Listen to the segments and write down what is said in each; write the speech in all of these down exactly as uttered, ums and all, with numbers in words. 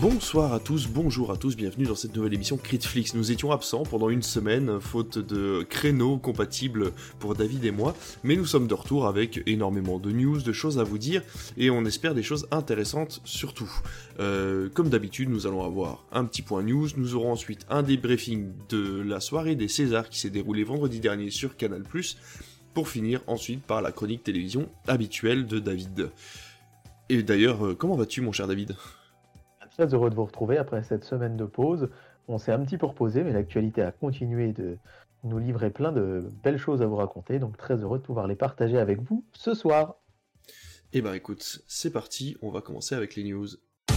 Bonsoir à tous, bonjour à tous, bienvenue dans cette nouvelle émission Critflix. Nous étions absents pendant une semaine, faute de créneaux compatibles pour David et moi, mais nous sommes de retour avec énormément de news, de choses à vous dire, et on espère des choses intéressantes surtout. Euh, comme d'habitude, nous allons avoir un petit point news, nous aurons ensuite un débriefing de la soirée des Césars qui s'est déroulée vendredi dernier sur Canal plus, pour finir ensuite par la chronique télévision habituelle de David. Et d'ailleurs, comment vas-tu mon cher David ? Très heureux de vous retrouver après cette semaine de pause. On s'est un petit peu reposé, mais l'actualité a continué de nous livrer plein de belles choses à vous raconter, donc très heureux de pouvoir les partager avec vous ce soir. Eh ben écoute, c'est parti, on va commencer avec les news.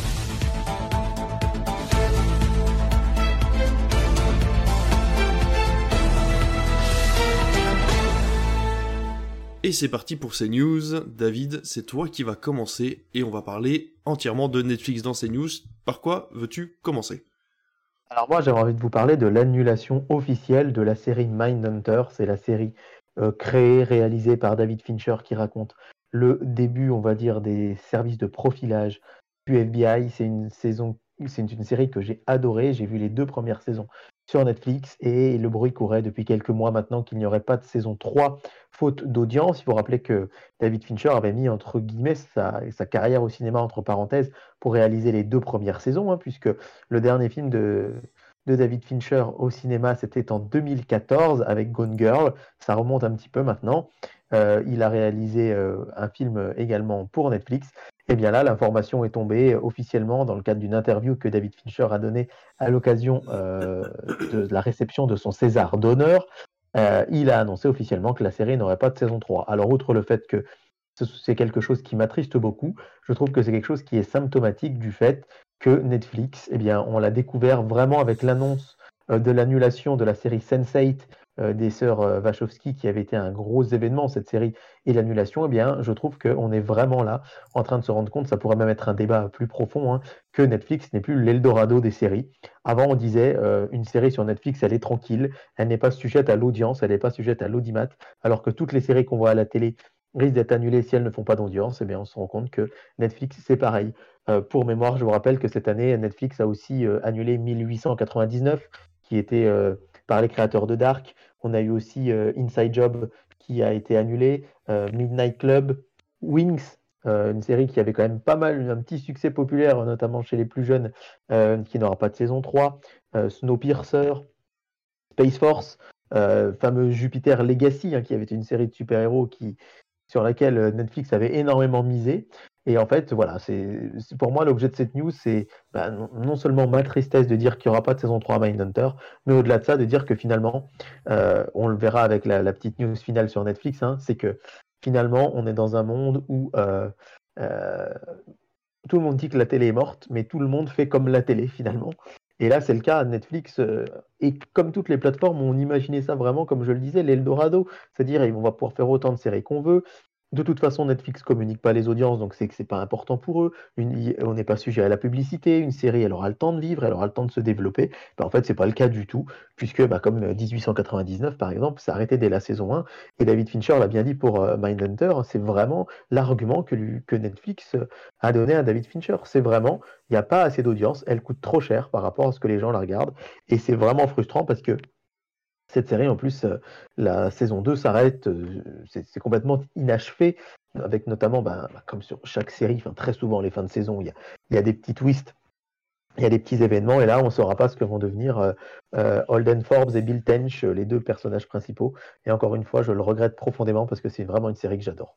Et c'est parti pour ces news. David, c'est toi qui vas commencer et on va parler entièrement de Netflix dans ces news. Par quoi veux-tu commencer ? Alors moi, j'avais envie de vous parler de l'annulation officielle de la série Mindhunter. C'est la série euh, créée, réalisée par David Fincher qui raconte le début, on va dire, des services de profilage du F B I. C'est une saison, c'est une, une série que j'ai adorée. J'ai vu les deux premières saisons sur Netflix et le bruit courait depuis quelques mois maintenant qu'il n'y aurait pas de saison trois faute d'audience. Il faut rappeler que David Fincher avait mis entre guillemets sa, sa carrière au cinéma entre parenthèses pour réaliser les deux premières saisons, hein, puisque le dernier film de, de David Fincher au cinéma c'était en deux mille quatorze avec Gone Girl, ça remonte un petit peu maintenant. Euh, il a réalisé euh, un film également pour Netflix. Et bien là, l'information est tombée officiellement dans le cadre d'une interview que David Fincher a donnée à l'occasion euh, de la réception de son César d'honneur. Euh, il a annoncé officiellement que la série n'aurait pas de saison trois. Alors, outre le fait que c'est quelque chose qui m'attriste beaucoup, je trouve que c'est quelque chose qui est symptomatique du fait que Netflix, eh bien, on l'a découvert vraiment avec l'annonce euh, de l'annulation de la série sense eight euh, des sœurs euh, Wachowski, qui avait été un gros événement, cette série, et l'annulation, eh bien, je trouve qu'on est vraiment là, en train de se rendre compte, ça pourrait même être un débat plus profond, hein, que Netflix n'est plus l'Eldorado des séries. Avant, on disait, euh, une série sur Netflix, elle est tranquille, elle n'est pas sujette à l'audience, elle n'est pas sujette à l'audimat, alors que toutes les séries qu'on voit à la télé risquent d'être annulées si elles ne font pas d'audience. Eh bien, on se rend compte que Netflix, c'est pareil. Euh, pour mémoire, je vous rappelle que cette année, Netflix a aussi euh, annulé mille huit cent quatre-vingt-dix-neuf, qui était euh, par les créateurs de Dark. On a eu aussi euh, Inside Job qui a été annulé, euh, Midnight Club, Wings, euh, une série qui avait quand même pas mal, un petit succès populaire, notamment chez les plus jeunes, euh, qui n'aura pas de saison trois, euh, Snowpiercer, Space Force, euh, fameux Jupiter Legacy, hein, qui avait été une série de super-héros qui, sur laquelle Netflix avait énormément misé. Et en fait, voilà, c'est, c'est pour moi l'objet de cette news, c'est bah, non, non seulement ma tristesse de dire qu'il n'y aura pas de saison trois à Mindhunter, mais au-delà de ça, de dire que finalement, euh, on le verra avec la, la petite news finale sur Netflix, hein, c'est que finalement, on est dans un monde où euh, euh, tout le monde dit que la télé est morte, mais tout le monde fait comme la télé finalement. Et là, c'est le cas. Netflix, euh, et comme toutes les plateformes, on imaginait ça vraiment, comme je le disais, l'Eldorado. C'est-à-dire, on va pouvoir faire autant de séries qu'on veut. De toute façon, Netflix communique pas les audiences, donc c'est que c'est pas important pour eux. Une, on n'est pas sujet à la publicité. Une série, elle aura le temps de vivre, elle aura le temps de se développer. Ben, en fait, c'est pas le cas du tout, puisque bah, comme dix-huit cent quatre-vingt-dix-neuf, par exemple, c'est arrêté dès la saison un. Et David Fincher l'a bien dit pour euh, Mindhunter, c'est vraiment l'argument que, lui, que Netflix a donné à David Fincher. C'est vraiment, il n'y a pas assez d'audience, elle coûte trop cher par rapport à ce que les gens la regardent. Et c'est vraiment frustrant parce que cette série, en plus, euh, la saison deux s'arrête, euh, c'est, c'est complètement inachevé, avec notamment, ben, comme sur chaque série, enfin, très souvent les fins de saison, il y a, il y a des petits twists, il y a des petits événements, et là, on ne saura pas ce que vont devenir euh, euh, Holden Forbes et Bill Tench, les deux personnages principaux. Et encore une fois, je le regrette profondément parce que c'est vraiment une série que j'adore.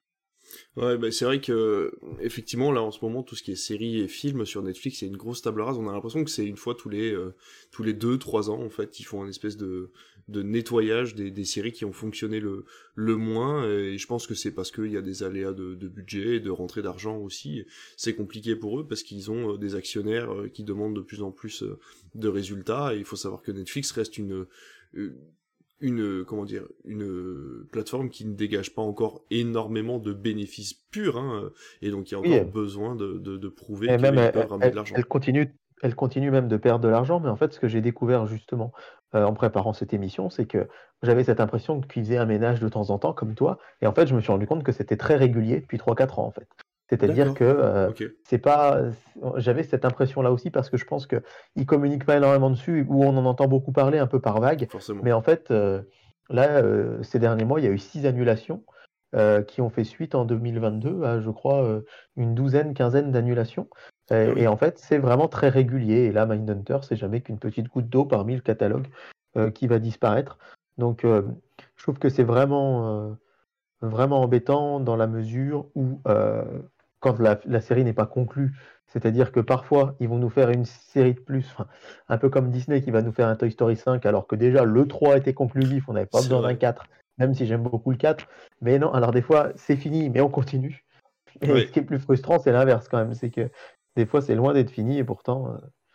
Ouais, bah c'est vrai que effectivement là en ce moment tout ce qui est séries et films sur Netflix, il y a une grosse table rase. On a l'impression que c'est une fois tous les euh, tous les deux trois ans en fait, ils font un espèce de de nettoyage des des séries qui ont fonctionné le le moins. Et je pense que c'est parce qu'il y a des aléas de de budget et de rentrée d'argent aussi. C'est compliqué pour eux parce qu'ils ont des actionnaires qui demandent de plus en plus de résultats. Et il faut savoir que Netflix reste une, une une comment dire une plateforme qui ne dégage pas encore énormément de bénéfices purs, hein, et donc il y a encore Oui, besoin de, de, de prouver et qu'ils même, peuvent elle, ramener elle, de l'argent. elle continue, elle continue même de perdre de l'argent, mais en fait, ce que j'ai découvert justement euh, en préparant cette émission, c'est que j'avais cette impression qu'ils faisaient un ménage de temps en temps, comme toi, et en fait, je me suis rendu compte que c'était très régulier depuis trois quatre ans, en fait. C'est-à-dire que D'accord. euh, Ok. c'est pas. J'avais cette impression-là aussi parce que je pense qu'ils communiquent pas énormément dessus, où on en entend beaucoup parler un peu par vague. Forcément. Mais en fait, euh, là, euh, ces derniers mois, il y a eu six annulations euh, qui ont fait suite en deux mille vingt-deux à, je crois, euh, une douzaine, quinzaine d'annulations. Ah Et, et oui. en fait, c'est vraiment très régulier. Et là, Mindhunter, c'est jamais qu'une petite goutte d'eau parmi le catalogue euh, qui va disparaître. Donc, euh, je trouve que c'est vraiment. euh, vraiment embêtant dans la mesure où, euh, quand la, la série n'est pas conclue, c'est-à-dire que parfois, ils vont nous faire une série de plus, enfin, un peu comme Disney qui va nous faire un Toy Story cinq, alors que déjà le trois était conclusif, on n'avait pas C'est besoin d'un vrai. quatre, même si j'aime beaucoup le quatre. Mais non, alors des fois, c'est fini, mais on continue. Et ce Ouais. qui est plus frustrant, c'est l'inverse quand même, c'est que des fois, c'est loin d'être fini, et pourtant, euh,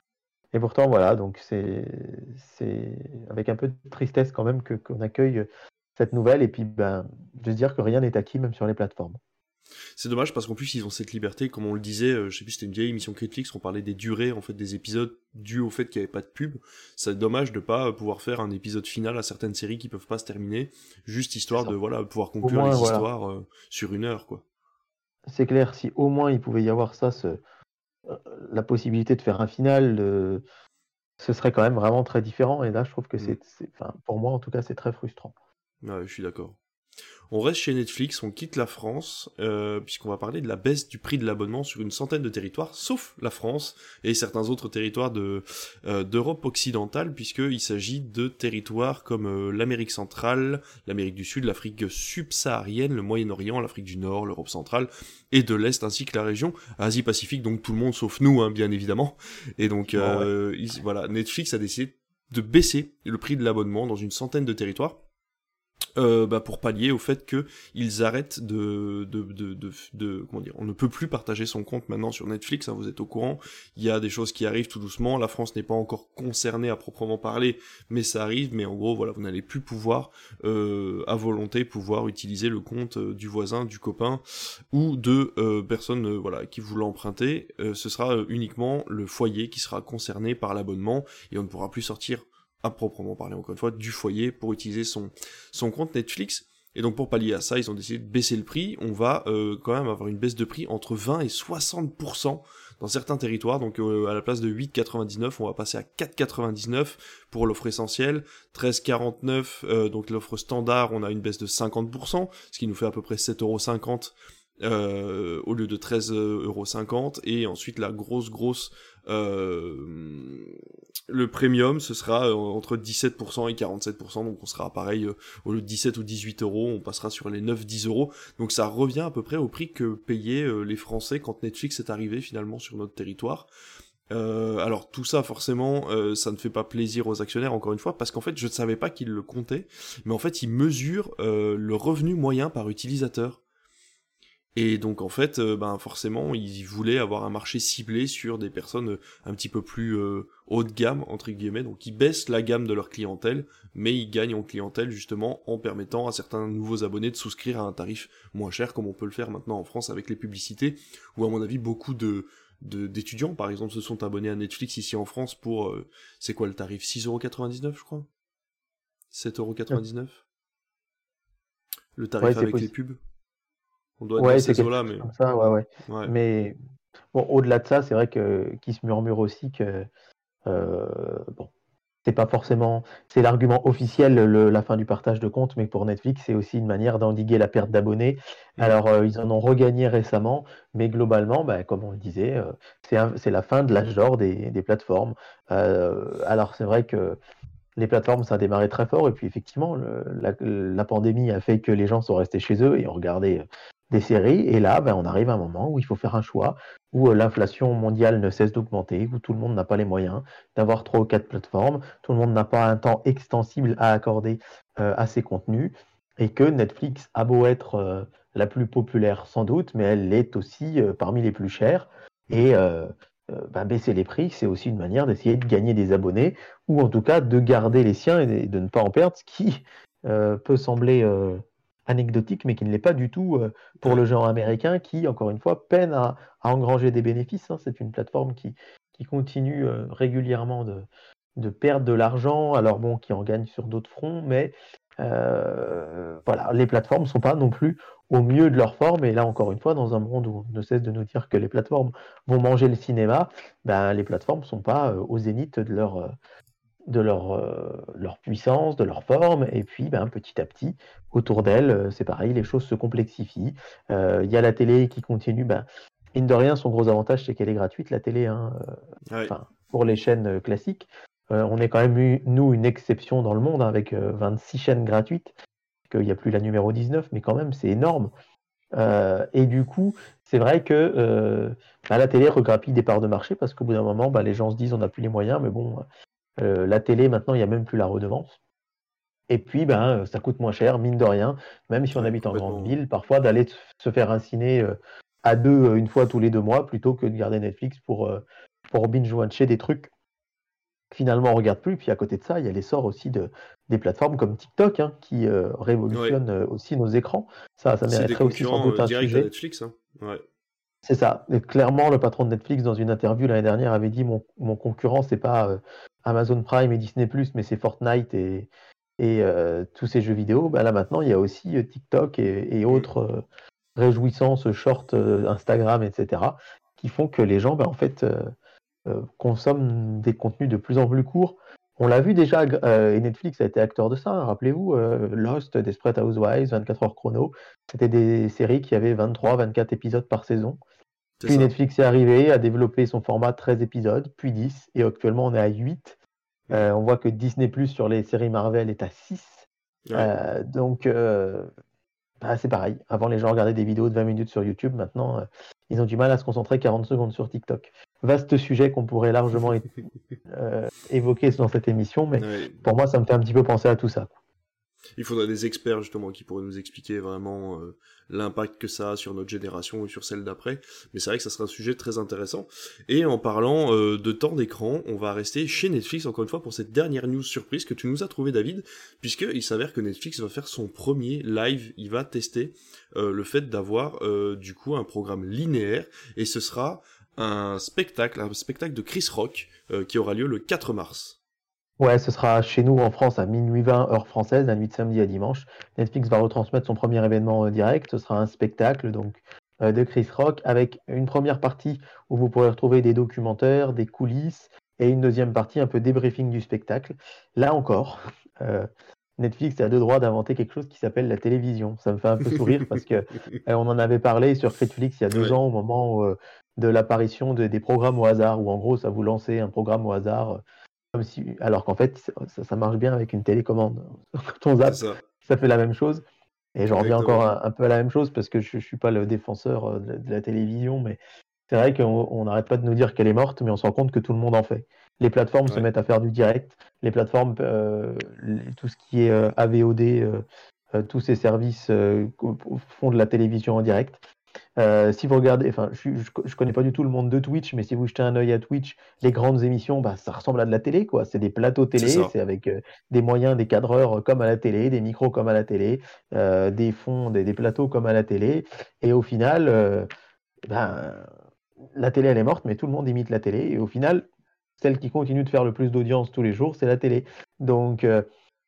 et pourtant voilà, donc c'est c'est avec un peu de tristesse quand même que qu'on accueille cette nouvelle, et puis ben, de se dire que rien n'est acquis même sur les plateformes. C'est dommage parce qu'en plus ils ont cette liberté, comme on le disait, euh, je sais plus, c'était une vieille émission Netflix, on parlait des durées en fait des épisodes dues au fait qu'il n'y avait pas de pub. C'est dommage de pas pouvoir faire un épisode final à certaines séries qui peuvent pas se terminer, juste C'est histoire de ça. voilà pouvoir Au conclure moins, les voilà, histoires euh, sur une heure quoi. c'est clair, si au moins il pouvait y avoir ça, ce- euh, la possibilité de faire un final, euh, ce serait quand même vraiment très différent. Et là, je trouve que Mm. c'est, c'est- enfin, pour moi en tout cas, c'est très frustrant. Ouais, je suis d'accord. On reste chez Netflix, on quitte la France, euh, puisqu'on va parler de la baisse du prix de l'abonnement sur une centaine de territoires, sauf la France et certains autres territoires de, euh, d'Europe occidentale, puisqu'il s'agit de territoires comme euh, l'Amérique centrale, l'Amérique du Sud, l'Afrique subsaharienne, le Moyen-Orient, l'Afrique du Nord, l'Europe centrale et de l'Est, ainsi que la région Asie-Pacifique, donc tout le monde sauf nous, hein, bien évidemment. Et donc, Bon, ouais. euh, il- voilà, Netflix a décidé de baisser le prix de l'abonnement dans une centaine de territoires. Euh, bah pour pallier au fait que ils arrêtent de, de, de, de, de- comment dire, on ne peut plus partager son compte maintenant sur Netflix, hein, vous êtes au courant, il y a des choses qui arrivent tout doucement, la France n'est pas encore concernée à proprement parler, mais ça arrive, mais en gros, voilà, vous n'allez plus pouvoir, euh, à volonté, pouvoir utiliser le compte euh, du voisin, du copain, ou de euh, personnes, euh, voilà, qui vous l'emprunter, euh, ce sera euh, uniquement le foyer qui sera concerné par l'abonnement, et on ne pourra plus sortir à proprement parler encore une fois du foyer pour utiliser son son compte Netflix. Et donc pour pallier à ça, ils ont décidé de baisser le prix. On va euh, quand même avoir une baisse de prix entre vingt et soixante pour cent dans certains territoires. Donc euh, à la place de huit quatre-vingt-dix-neuf, on va passer à quatre quatre-vingt-dix-neuf pour l'offre essentielle. treize quarante-neuf, euh, donc l'offre standard, on a une baisse de cinquante pour cent, ce qui nous fait à peu près sept euros cinquante euh, au lieu de treize euros cinquante. Et ensuite la grosse grosse euh, le premium, ce sera euh, entre dix-sept pour cent et quarante-sept pour cent, donc on sera pareil, euh, au lieu de dix-sept ou dix-huit euros, on passera sur les neuf dix euros, donc ça revient à peu près au prix que payaient euh, les Français quand Netflix est arrivé finalement sur notre territoire. Euh, alors tout ça forcément, euh, ça ne fait pas plaisir aux actionnaires encore une fois, parce qu'en fait je ne savais pas qu'ils le comptaient, mais en fait ils mesurent euh, le revenu moyen par utilisateur. Et donc en fait, euh, ben forcément, ils voulaient avoir un marché ciblé sur des personnes euh, un petit peu plus euh, haut de gamme entre guillemets, donc ils baissent la gamme de leur clientèle, mais ils gagnent en clientèle justement en permettant à certains nouveaux abonnés de souscrire à un tarif moins cher, comme on peut le faire maintenant en France avec les publicités, où à mon avis beaucoup de de- d'étudiants par exemple se sont abonnés à Netflix ici en France pour euh, c'est quoi le tarif, six euros quatre-vingt-dix-neuf je crois, sept euros quatre-vingt-dix-neuf, le Ouais, tarif c'est avec les possible. pubs, on doit être dans Ouais, c'est ces quelque eaux-là, chose mais comme ça, ouais, ouais. ouais. Mais bon, au-delà de ça, c'est vrai que qui se murmure aussi que euh, bon, c'est pas forcément, c'est l'argument officiel, le- la fin du partage de compte, mais pour Netflix, c'est aussi une manière d'endiguer la perte d'abonnés. Mm. Alors, euh, ils en ont regagné récemment, mais globalement, bah, comme on le disait, euh, c'est un- c'est la fin de l'âge d'or des, des plateformes. Euh, alors, c'est vrai que les plateformes, ça a démarré très fort, et puis effectivement, le- la, la pandémie a fait que les gens sont restés chez eux et ont regardé euh, des séries, et là, ben, on arrive à un moment où il faut faire un choix, où euh, l'inflation mondiale ne cesse d'augmenter, où tout le monde n'a pas les moyens d'avoir trois ou quatre plateformes, tout le monde n'a pas un temps extensible à accorder euh, à ses contenus, et que Netflix a beau être euh, la plus populaire sans doute, mais elle est aussi euh, parmi les plus chères, Mm. et euh, euh, ben, baisser les prix, c'est aussi une manière d'essayer de gagner des abonnés, ou en tout cas de garder les siens et de ne pas en perdre, ce qui euh, peut sembler euh, anecdotique, mais qui ne l'est pas du tout euh, pour le Ouais. genre américain qui, encore une fois, peine à, à engranger des bénéfices, hein. C'est une plateforme qui, qui continue euh, régulièrement de, de perdre de l'argent, alors bon, qui en gagne sur d'autres fronts, mais euh, voilà, les plateformes ne sont pas non plus au mieux de leur forme. Et là, encore une fois, dans un monde où on ne cesse de nous dire que les plateformes vont manger le cinéma, ben, les plateformes ne sont pas euh, au zénith de leur, euh, de leur, euh, leur puissance, de leur forme. Et puis, ben, petit à petit, autour d'elles, euh, c'est pareil, les choses se complexifient. Il euh, y a la télé qui continue. Ben, mine de rien, son gros avantage, c'est qu'elle est gratuite, la télé, hein, euh, Ouais. pour les chaînes euh, classiques. Euh, on est quand même, eu, nous, une exception dans le monde, hein, avec euh, vingt-six chaînes gratuites. Il n'y a plus la numéro dix-neuf, mais quand même, c'est énorme. Euh, et du coup, c'est vrai que euh, bah, la télé regrappille des parts de marché parce qu'au bout d'un moment, bah, les gens se disent on n'a plus les moyens, mais bon, euh, la télé, maintenant, il n'y a même plus la redevance. Et puis, ben, ça coûte moins cher, mine de rien, même si on Ouais, habite en grande complètement. ville, parfois d'aller se faire un ciné euh, à deux euh, une fois tous les deux mois plutôt que de garder Netflix pour, euh, pour binge-watcher des trucs finalement on regarde plus. Puis à côté de ça, il y a l'essor aussi de, des plateformes comme TikTok hein, qui euh, Ouais. révolutionnent euh, aussi nos écrans. Ça, ça C'est des mériterait aussi sans concurrents doute euh, un directs à sujet. Netflix, hein. Ouais. C'est ça. Et clairement, le patron de Netflix, dans une interview l'année dernière, avait dit mon, mon concurrent, c'est pas euh, Amazon Prime et Disney+, mais c'est Fortnite et, et euh, tous ces jeux vidéo. Ben là maintenant, il y a aussi euh, TikTok et, et Mm. autres euh, réjouissances, shorts, euh, Instagram, et cetera, qui font que les gens, ben, en fait, euh, euh, consomment des contenus de plus en plus courts. On l'a vu déjà, euh, et Netflix a été acteur de ça. Hein, rappelez-vous, euh, Lost, Desperate Housewives, vingt-quatre heures chrono, c'était des séries qui avaient vingt-trois, vingt-quatre épisodes par saison. C'est Puis ça. Netflix est arrivé, a développé son format treize épisodes, puis dix, et actuellement on est à huit. Mm. Euh, on voit que Disney Plus sur les séries Marvel est à six. Ouais. Euh, donc, euh, bah, c'est pareil. Avant, les gens regardaient des vidéos de vingt minutes sur YouTube. Maintenant, euh, ils ont du mal à se concentrer quarante secondes sur TikTok. Vaste sujet qu'on pourrait largement é- euh, évoquer dans cette émission, mais Ouais. pour moi, ça me fait un petit peu penser à tout ça. Il faudrait des experts justement qui pourraient nous expliquer vraiment euh, l'impact que ça a sur notre génération et sur celle d'après. Mais c'est vrai que ça serait un sujet très intéressant. Et en parlant euh, de temps d'écran, on va rester chez Netflix encore une fois pour cette dernière news surprise que tu nous as trouvé, David, puisqu'il s'avère que Netflix va faire son premier live. Il va tester euh, le fait d'avoir euh, du coup un programme linéaire et ce sera un spectacle, un spectacle de Chris Rock euh, qui aura lieu le quatre mars. Ouais, ce sera chez nous en France à minuit vingt heure française, la nuit de samedi à dimanche. Netflix va retransmettre son premier événement euh, direct. Ce sera un spectacle donc euh, de Chris Rock avec une première partie où vous pourrez retrouver des documentaires, des coulisses et une deuxième partie un peu débriefing du spectacle. Là encore, euh, Netflix a deux droits d'inventer quelque chose qui s'appelle la télévision. Ça me fait un peu sourire parce que euh, on en avait parlé sur Netflix il y a deux Ouais, ans au moment où, euh, de l'apparition de, des programmes au hasard où en gros ça vous lançait un programme au hasard. euh, comme si, alors qu'en fait, ça, ça marche bien avec une télécommande. Quand on c'est zappe, ça, ça fait la même chose. Et j'en reviens encore exactement. un, un peu à la même chose parce que je ne suis pas le défenseur euh, de, la, de la télévision, mais c'est vrai qu'on n'arrête pas de nous dire qu'elle est morte, mais on se rend compte que tout le monde en fait. Les plateformes se Ouais. mettent à faire du direct, les plateformes, euh, les- tout ce qui est euh, A V O D, euh, euh, tous ces services euh, font de la télévision en direct. Euh, si vous regardez, enfin, je, je, je connais pas du tout le monde de Twitch, mais si vous jetez un œil à Twitch, les grandes émissions, bah, ça ressemble à de la télé, quoi. C'est des plateaux C'est télé, ça. c'est avec euh, des moyens, des cadreurs euh, comme à la télé, des micros comme à la télé, euh, des fonds, des, des plateaux comme à la télé. Et au final, euh, ben, la télé, elle est morte, mais tout le monde imite la télé. Et au final, celle qui continue de faire le plus d'audience tous les jours, c'est la télé. Donc, euh,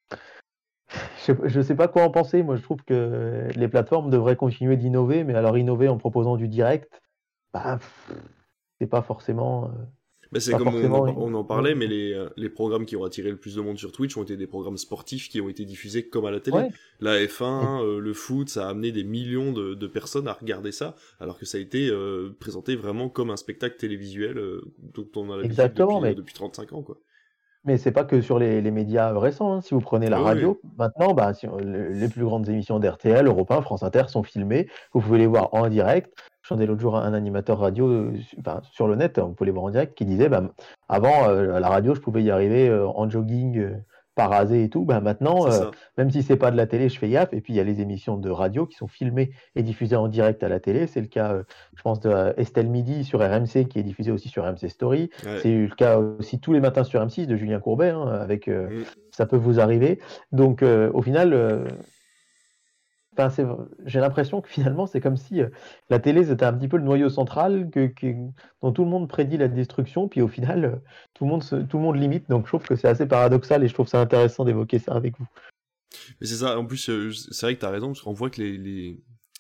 je ne sais pas quoi en penser. Moi, je trouve que les plateformes devraient continuer d'innover, mais alors innover en proposant du direct, bah, c'est pas forcément, euh, Bah, c'est pas comme on en, forcément par- on en innovant. parlait, mais les, euh, les programmes qui ont attiré le plus de monde sur Twitch ont été des programmes sportifs qui ont été diffusés comme à la télé. Ouais. La F Et- un, euh, le foot, ça a amené des millions de, de personnes à regarder ça, alors que ça a été euh, présenté vraiment comme un spectacle télévisuel euh, dont on a l'habitude exactement, depuis, euh, mais depuis trente-cinq ans, quoi. Mais c'est pas que sur les, les médias récents. Hein. Si vous prenez Ah la oui, radio, maintenant, bah, si- le- les plus grandes émissions d'R T L, Europe un, France Inter sont filmées. Vous pouvez les voir en direct. J'entendais l'autre jour un animateur radio euh, su- enfin, sur le net, on peut les voir en direct, qui disait bah, avant, euh, à la radio, je pouvais y arriver euh, en jogging, euh, pas rasé et tout. Bah, maintenant, c'est euh, ça. même si c'est pas de la télé, je fais gaffe. Et puis, il y a les émissions de radio qui sont filmées et diffusées en direct à la télé. C'est le cas, euh, je pense, de euh, Estelle Midi sur R M C, qui est diffusée aussi sur R M C Story. Ouais. C'est le cas aussi tous les matins sur M six de Julien Courbet, hein, avec euh, Mm. ça peut vous arriver. Donc euh, au final, euh, enfin, c'est- j'ai l'impression que finalement c'est comme si euh, la télé c'était un petit peu le noyau central que, que- dont tout le monde prédit la destruction, puis au final euh, tout le monde se- tout le monde limite. Donc je trouve que c'est assez paradoxal et je trouve ça intéressant d'évoquer ça avec vous. Mais c'est ça, en plus, euh, c'est vrai que t'as raison, parce qu'on voit que les, les,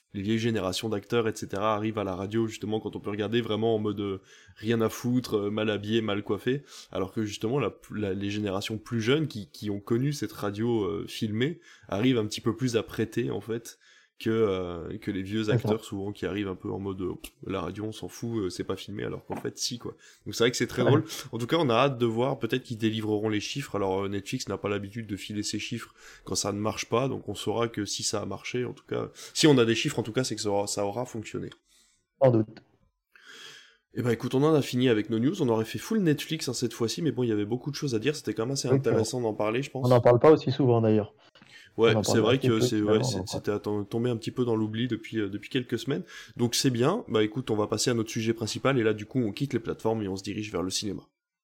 les vieilles générations d'acteurs, et cetera, arrivent à la radio, justement, quand on peut regarder vraiment en mode euh, rien à foutre, euh, mal habillé, mal coiffé, alors que justement, la, la, les générations plus jeunes, qui, qui ont connu cette radio euh, filmée, arrivent un petit peu plus à prêter, en fait, que, euh, que les vieux acteurs, souvent, qui arrivent un peu en mode, euh, la radio, on s'en fout, euh, c'est pas filmé, alors qu'en fait, si, quoi. Donc c'est vrai que c'est très ouais. drôle. En tout cas, on a hâte de voir, peut-être qu'ils délivreront les chiffres, alors Netflix n'a pas l'habitude de filer ses chiffres quand ça ne marche pas, donc on saura que si ça a marché, en tout cas, si on a des chiffres, en tout cas, c'est que ça aura, ça aura fonctionné. Sans doute. Eh ben écoute, on en a fini avec nos news, on aurait fait full Netflix hein, cette fois-ci, mais bon, il y avait beaucoup de choses à dire, c'était quand même assez oui, intéressant d'en parler, je pense. On n'en parle pas aussi souvent, d'ailleurs. Ouais, c'est vrai que c'est, ouais, c'était tombé un petit peu dans l'oubli depuis, euh, depuis quelques semaines. Donc c'est bien. Bah écoute, on va passer à notre sujet principal et là du coup on quitte les plateformes et on se dirige vers le cinéma.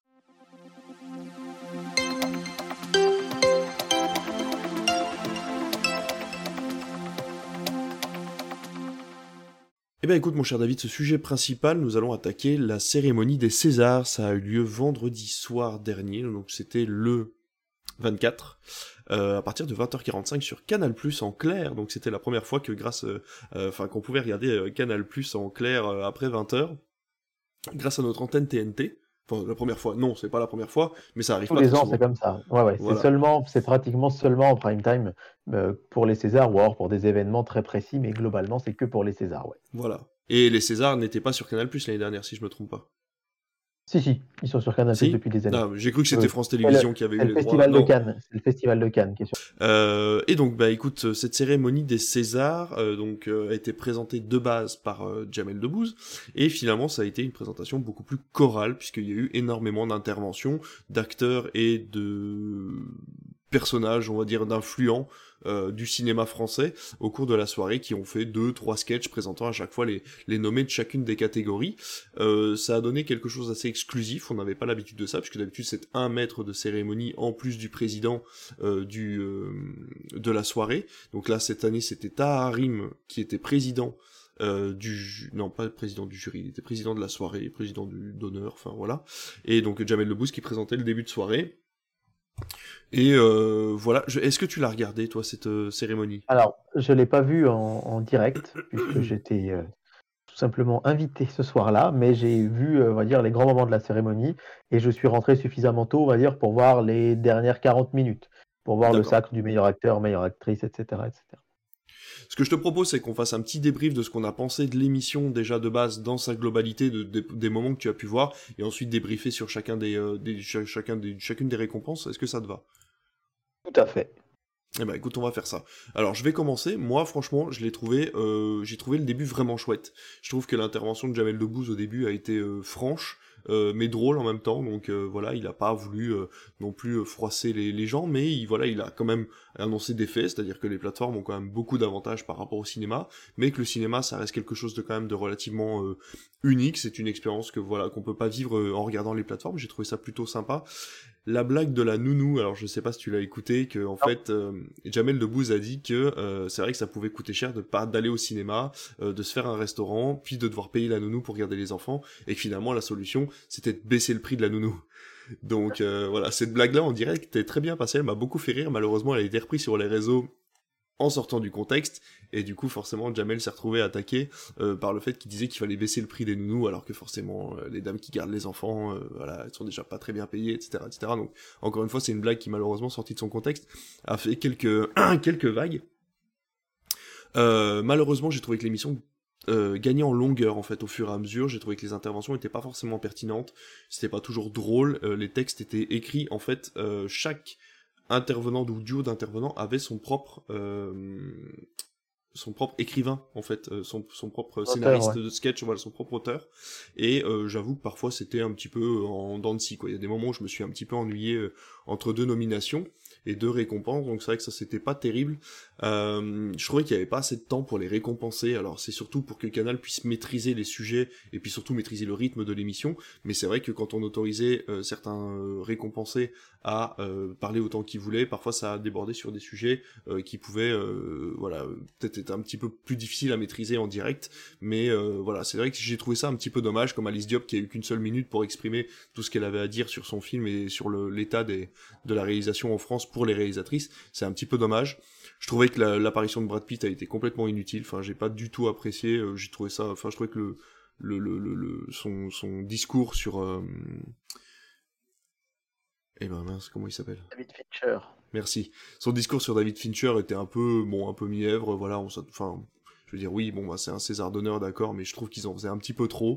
Eh bien écoute mon cher David, ce sujet principal, nous allons attaquer la cérémonie des Césars. Ça a eu lieu vendredi soir dernier, donc c'était le vingt-quatre. Euh, à partir de vingt heures quarante-cinq sur Canal plus en clair, donc c'était la première fois que grâce, enfin euh, qu'on pouvait regarder euh, Canal plus en clair euh, après vingt heures, grâce à notre antenne T N T. Enfin la première fois, non c'est pas la première fois, mais ça arrive tous pas les très ans souvent. c'est comme ça. Ouais ouais, voilà. c'est seulement, c'est pratiquement seulement en prime time euh, pour les Césars ou alors pour des événements très précis, mais globalement c'est que pour les Césars, ouais. Voilà. Et les Césars n'étaient pas sur Canal plus l'année dernière si je me trompe pas. Si, si, ils sont sur Canal+ si depuis des années. Non, j'ai cru que c'était oui. France Télévisions le, qui avait eu le les festival droits. De Cannes. C'est le festival de Cannes qui est sur. Euh, et donc, bah écoute, cette cérémonie des Césars euh, donc, euh, a été présentée de base par euh, Jamel Debbouze, et finalement ça a été une présentation beaucoup plus chorale, puisqu'il y a eu énormément d'interventions, d'acteurs et de personnages, on va dire, d'influents euh, du cinéma français au cours de la soirée, qui ont fait deux, trois sketchs présentant à chaque fois les, les nommés de chacune des catégories. Euh, ça a donné quelque chose d'assez exclusif, on n'avait pas l'habitude de ça, puisque d'habitude c'est un maître de cérémonie en plus du président euh, du, euh, de la soirée. Donc là, cette année, c'était Taha Harim qui était président Euh, du non pas président du jury, il était président de la soirée, président du d'honneur, enfin voilà. Et donc Jamel Debbouze qui présentait le début de soirée. Et euh, voilà, je... est-ce que tu l'as regardé toi cette euh, cérémonie? Alors, je l'ai pas vue en, en direct puisque j'étais euh, tout simplement invité ce soir-là, mais j'ai vu, euh, on va dire, les grands moments de la cérémonie et je suis rentré suffisamment tôt, on va dire, pour voir les dernières quarante minutes, pour voir le sacre du meilleur acteur, meilleure actrice, et cetera, et cetera. Ce que je te propose, c'est qu'on fasse un petit débrief de ce qu'on a pensé de l'émission déjà de base dans sa globalité, de, de, des moments que tu as pu voir, et ensuite débriefer sur chacun des, euh, des, ch- chacun des, chacune des récompenses. Est-ce que ça te va? Tout à fait. Eh ben écoute, on va faire ça. Alors je vais commencer. Moi, franchement, je l'ai trouvé, euh, j'ai trouvé le début vraiment chouette. Je trouve que l'intervention de Jamel Debbouze au début a été euh, franche. Euh, mais drôle en même temps, donc euh, voilà, il a pas voulu euh, non plus euh, froisser les, les gens, mais il, voilà, il a quand même annoncé des faits, c'est-à-dire que les plateformes ont quand même beaucoup d'avantages par rapport au cinéma, mais que le cinéma, ça reste quelque chose de quand même de relativement euh, unique, c'est une expérience que voilà qu'on peut pas vivre euh, en regardant les plateformes, j'ai trouvé ça plutôt sympa. La blague de la nounou, alors je sais pas si tu l'as écouté, que en fait euh, Jamel Debbouze a dit que euh, c'est vrai que ça pouvait coûter cher de pas d'aller au cinéma, euh, de se faire un restaurant, puis de devoir payer la nounou pour garder les enfants, et que finalement la solution c'était de baisser le prix de la nounou. Donc euh, voilà, cette blague-là en direct était très bien passée, elle m'a beaucoup fait rire, malheureusement elle a été reprise sur les réseaux en sortant du contexte, et du coup forcément Jamel s'est retrouvé attaqué euh, par le fait qu'il disait qu'il fallait baisser le prix des nounous, alors que forcément euh, les dames qui gardent les enfants, euh, voilà, elles sont déjà pas très bien payées, et cetera, et cetera. Donc encore une fois c'est une blague qui malheureusement sortie de son contexte a fait quelques quelques vagues. Euh, malheureusement j'ai trouvé que l'émission Euh, gagner en longueur en fait au fur et à mesure, j'ai trouvé que les interventions étaient pas forcément pertinentes, c'était pas toujours drôle, euh, les textes étaient écrits en fait, euh, chaque intervenant ou duo d'intervenants avait son propre euh, son propre écrivain en fait, euh, son, son propre auteur, scénariste ouais. de sketch, voilà, son propre auteur, et euh, j'avoue que parfois c'était un petit peu en dents de scie quoi, il y a des moments où je me suis un petit peu ennuyé euh, entre deux nominations et deux récompenses, donc c'est vrai que ça c'était pas terrible. Euh, je trouvais qu'il y avait pas assez de temps pour les récompenser, alors c'est surtout pour que Canal puisse maîtriser les sujets, et puis surtout maîtriser le rythme de l'émission, mais c'est vrai que quand on autorisait euh, certains euh, récompensés à euh, parler autant qu'ils voulaient, parfois ça a débordé sur des sujets euh, qui pouvaient, euh, voilà, peut-être être un petit peu plus difficiles à maîtriser en direct, mais euh, voilà, c'est vrai que j'ai trouvé ça un petit peu dommage, comme Alice Diop qui a eu qu'une seule minute pour exprimer tout ce qu'elle avait à dire sur son film et sur le, l'état des, de la réalisation en France pour les réalisatrices, c'est un petit peu dommage. je trouvais que la, l'apparition de Brad Pitt a été complètement inutile. Enfin, j'ai pas du tout apprécié. Euh, j'ai trouvé ça. Enfin, je trouvais que le, le, le, le, le son, son discours sur. Euh... Eh ben mince, comment il s'appelle ? David Fincher. Merci. Son discours sur David Fincher était un peu, bon, un peu mièvre. Voilà, on, enfin. Je veux dire, oui, bon, bah, c'est un César d'honneur, d'accord, mais je trouve qu'ils en faisaient un petit peu trop.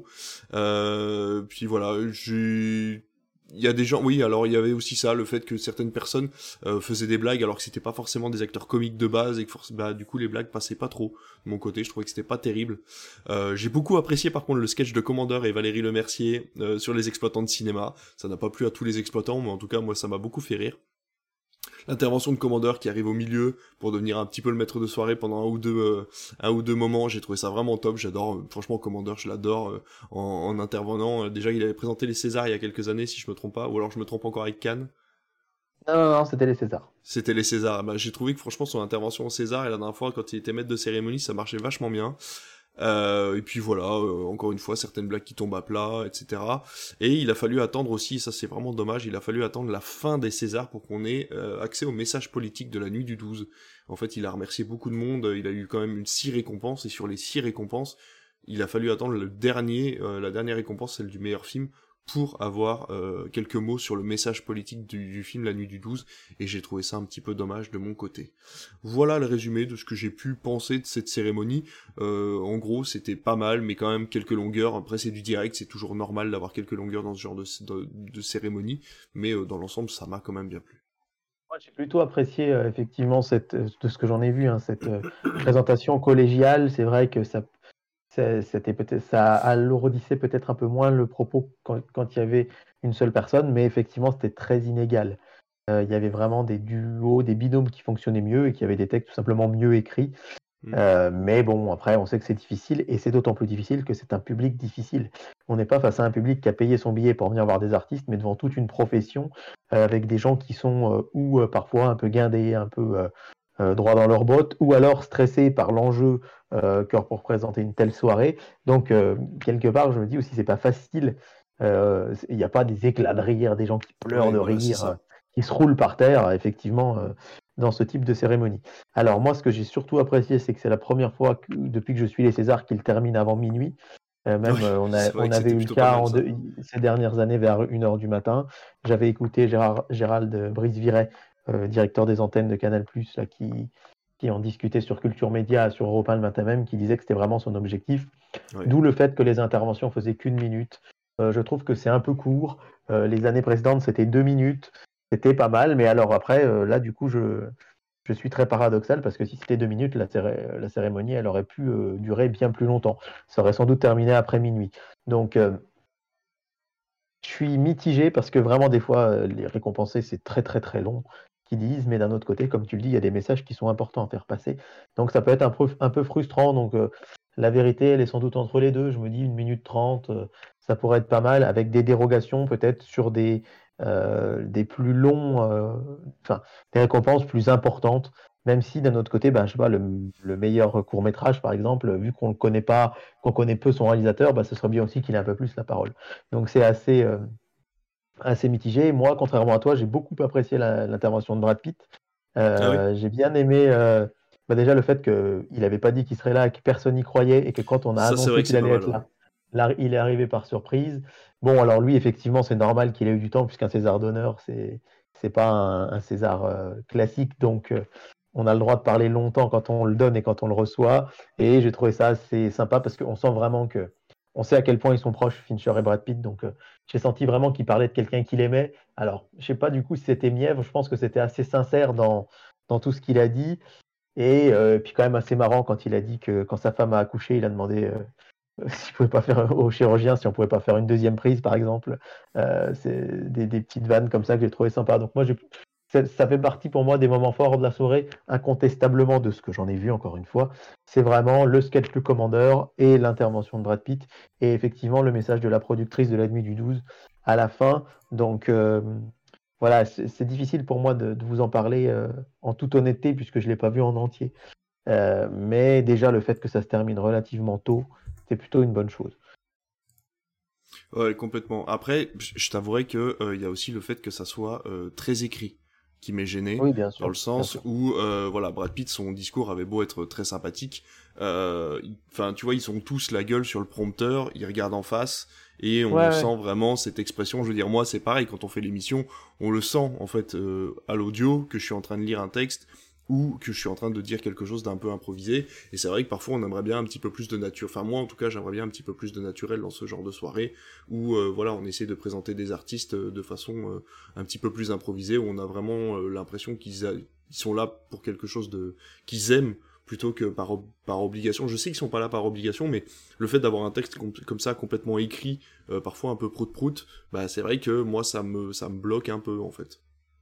Euh, puis voilà, j'ai... Il y a des gens, oui, alors il y avait aussi ça, le fait que certaines personnes euh, faisaient des blagues alors que c'était pas forcément des acteurs comiques de base et que forc- bah, du coup les blagues passaient pas trop. De mon côté, je trouvais que c'était pas terrible. Euh, j'ai beaucoup apprécié par contre le sketch de Commander et Valérie Lemercier euh, sur les exploitants de cinéma. Ça n'a pas plu à tous les exploitants, mais en tout cas, moi, ça m'a beaucoup fait rire. L'intervention de Commander qui arrive au milieu pour devenir un petit peu le maître de soirée pendant un ou deux, euh, un ou deux moments, j'ai trouvé ça vraiment top. J'adore, euh, franchement, Commander, je l'adore euh, en, en intervenant. Euh, déjà, il avait présenté les Césars il y a quelques années, si je me trompe pas, ou alors je me trompe encore avec Cannes. Non, non, non, c'était les Césars. C'était les Césars. Bah, j'ai trouvé que franchement son intervention au César et la dernière fois quand il était maître de cérémonie, ça marchait vachement bien. Euh, et puis voilà, euh, encore une fois, certaines blagues qui tombent à plat, et cetera. Et il a fallu attendre aussi, ça c'est vraiment dommage, il a fallu attendre la fin des Césars pour qu'on ait euh, accès au message politique de la nuit du douze. En fait, il a remercié beaucoup de monde, il a eu quand même une six récompenses, et sur les six récompenses, il a fallu attendre le dernier, euh, la dernière récompense, celle du meilleur film, pour avoir euh, quelques mots sur le message politique du, du film La Nuit du douze, et j'ai trouvé ça un petit peu dommage de mon côté. Voilà le résumé de ce que j'ai pu penser de cette cérémonie. Euh, en gros, c'était pas mal, mais quand même quelques longueurs. Après, c'est du direct, c'est toujours normal d'avoir quelques longueurs dans ce genre de, de, de cérémonie, mais euh, dans l'ensemble, ça m'a quand même bien plu. Moi, j'ai plutôt apprécié euh, effectivement cette, euh, de ce que j'en ai vu, hein, cette euh, présentation collégiale. C'est vrai que ça, ça- c'était peut-être, ça alourdissait peut-être un peu moins le propos quand, quand il y avait une seule personne, mais effectivement, c'était très inégal. Euh, il y avait vraiment des duos, des binômes qui fonctionnaient mieux et qui avaient des textes tout simplement mieux écrits. Mm. Euh, mais bon, après, on sait que c'est difficile et c'est d'autant plus difficile que c'est un public difficile. On n'est pas face à un public qui a payé son billet pour venir voir des artistes, mais devant toute une profession euh, avec des gens qui sont euh, ou euh, parfois un peu guindés, un peu euh, euh, droit dans leurs bottes, ou alors stressés par l'enjeu euh, que pour présenter une telle soirée. Donc, euh, quelque part, je me dis aussi, c'est pas facile. Euh, Il n'y a pas des éclats de rire, des gens qui pleurent Ouais, de voilà, c'est rire, euh, ça. qui se roulent par terre, effectivement, euh, dans ce type de cérémonie. Alors moi, ce que j'ai surtout apprécié, c'est que c'est la première fois que, depuis que je suis les Césars qu'ils terminent avant minuit. Euh, même, Ouais, euh, on, a, c'est vrai on que avait c'était eu le plutôt pas cas mal en ça. deux- ces dernières années vers une heure du matin. J'avais écouté Gérard, Gérald Brice-Viret, euh, directeur des antennes de Canal+, là, qui, qui en discutait sur Culture Média sur Europe un le matin même, qui disait que c'était vraiment son objectif. Ouais. D'où le fait que les interventions faisaient qu'une minute. Euh, je trouve que c'est un peu court. Euh, les années précédentes, c'était deux minutes. C'était pas mal, mais alors après, euh, là, du coup, je, je suis très paradoxal parce que si c'était deux minutes, la, céré- la cérémonie, elle aurait pu euh, durer bien plus longtemps. Ça aurait sans doute terminé après minuit. Donc, euh, je suis mitigé parce que vraiment, des fois, euh, les récompensés, c'est très, très, très long qu'ils disent, mais d'un autre côté, comme tu le dis, il y a des messages qui sont importants à faire passer. Donc, ça peut être un peu, un peu frustrant. Donc, euh, la vérité, elle est sans doute entre les deux. Je me dis, une minute trente, euh, ça pourrait être pas mal, avec des dérogations peut-être sur des, euh, des plus longs, euh, enfin, des récompenses plus importantes. Même si d'un autre côté, ben, je sais pas, le, le meilleur court-métrage, par exemple, vu qu'on ne connaît pas, qu'on connaît peu son réalisateur, ben, ce serait bien aussi qu'il ait un peu plus la parole. Donc c'est assez, euh, assez mitigé. Moi, contrairement à toi, j'ai beaucoup apprécié la- l'intervention de Brad Pitt. Ah oui. Euh, j'ai bien aimé euh, bah déjà le fait qu'il n'avait pas dit qu'il serait là, que personne n'y croyait et que quand on a Ça, c'est vrai annoncé que qu'il c'est pas allait mal, être ouais. là, là, il est arrivé par surprise. Bon, alors lui, effectivement, c'est normal qu'il ait eu du temps puisqu'un César d'honneur, c'est c'est pas un, un César euh, classique, donc euh, on a le droit de parler longtemps quand on le donne et quand on le reçoit. Et j'ai trouvé ça assez sympa parce qu'on sent vraiment que on sait à quel point ils sont proches, Fincher et Brad Pitt, donc euh, j'ai senti vraiment qu'il parlait de quelqu'un qu'il aimait. Alors, je sais pas du coup si c'était mièvre, je pense que c'était assez sincère dans, dans tout ce qu'il a dit. Et euh, puis quand même assez marrant quand il a dit que quand sa femme a accouché, il a demandé euh, s'il pouvait pas faire au chirurgien, si on pouvait pas faire une deuxième prise, par exemple. Euh, c'est des, des petites vannes comme ça que j'ai trouvé sympa. Donc moi, j'ai ça, ça fait partie pour moi des moments forts de la soirée, incontestablement de ce que j'en ai vu encore une fois. C'est vraiment le sketch du commandeur et l'intervention de Brad Pitt et effectivement le message de la productrice de la nuit du douze à la fin. Donc euh, voilà, c'est c'est difficile pour moi de, de vous en parler euh, en toute honnêteté puisque je ne l'ai pas vu en entier. Euh, mais déjà le fait que ça se termine relativement tôt, c'est plutôt une bonne chose. Ouais, complètement. Après, je je t'avouerai que euh, il y a aussi le fait que ça soit euh, très écrit. qui m'ait gêné, Oui, bien sûr, dans le bien sens sûr. où, euh, voilà, Brad Pitt, son discours avait beau être très sympathique, euh, enfin, tu vois, ils sont tous la gueule sur le prompteur, ils regardent en face, et Ouais, on ouais. sent vraiment cette expression. Je veux dire, moi, c'est pareil, quand on fait l'émission, on le sent, en fait, euh, à l'audio, que je suis en train de lire un texte, ou que je suis en train de dire quelque chose d'un peu improvisé, et c'est vrai que parfois on aimerait bien un petit peu plus de nature, enfin moi en tout cas j'aimerais bien un petit peu plus de naturel dans ce genre de soirée, où euh, voilà, on essaie de présenter des artistes euh, de façon euh, un petit peu plus improvisée, où on a vraiment euh, l'impression qu'ils a... ils sont là pour quelque chose de qu'ils aiment, plutôt que par, ob- par obligation. Je sais qu'ils sont pas là par obligation, mais le fait d'avoir un texte com- comme ça complètement écrit, euh, parfois un peu prout-prout, bah c'est vrai que moi ça me, ça me bloque un peu en fait.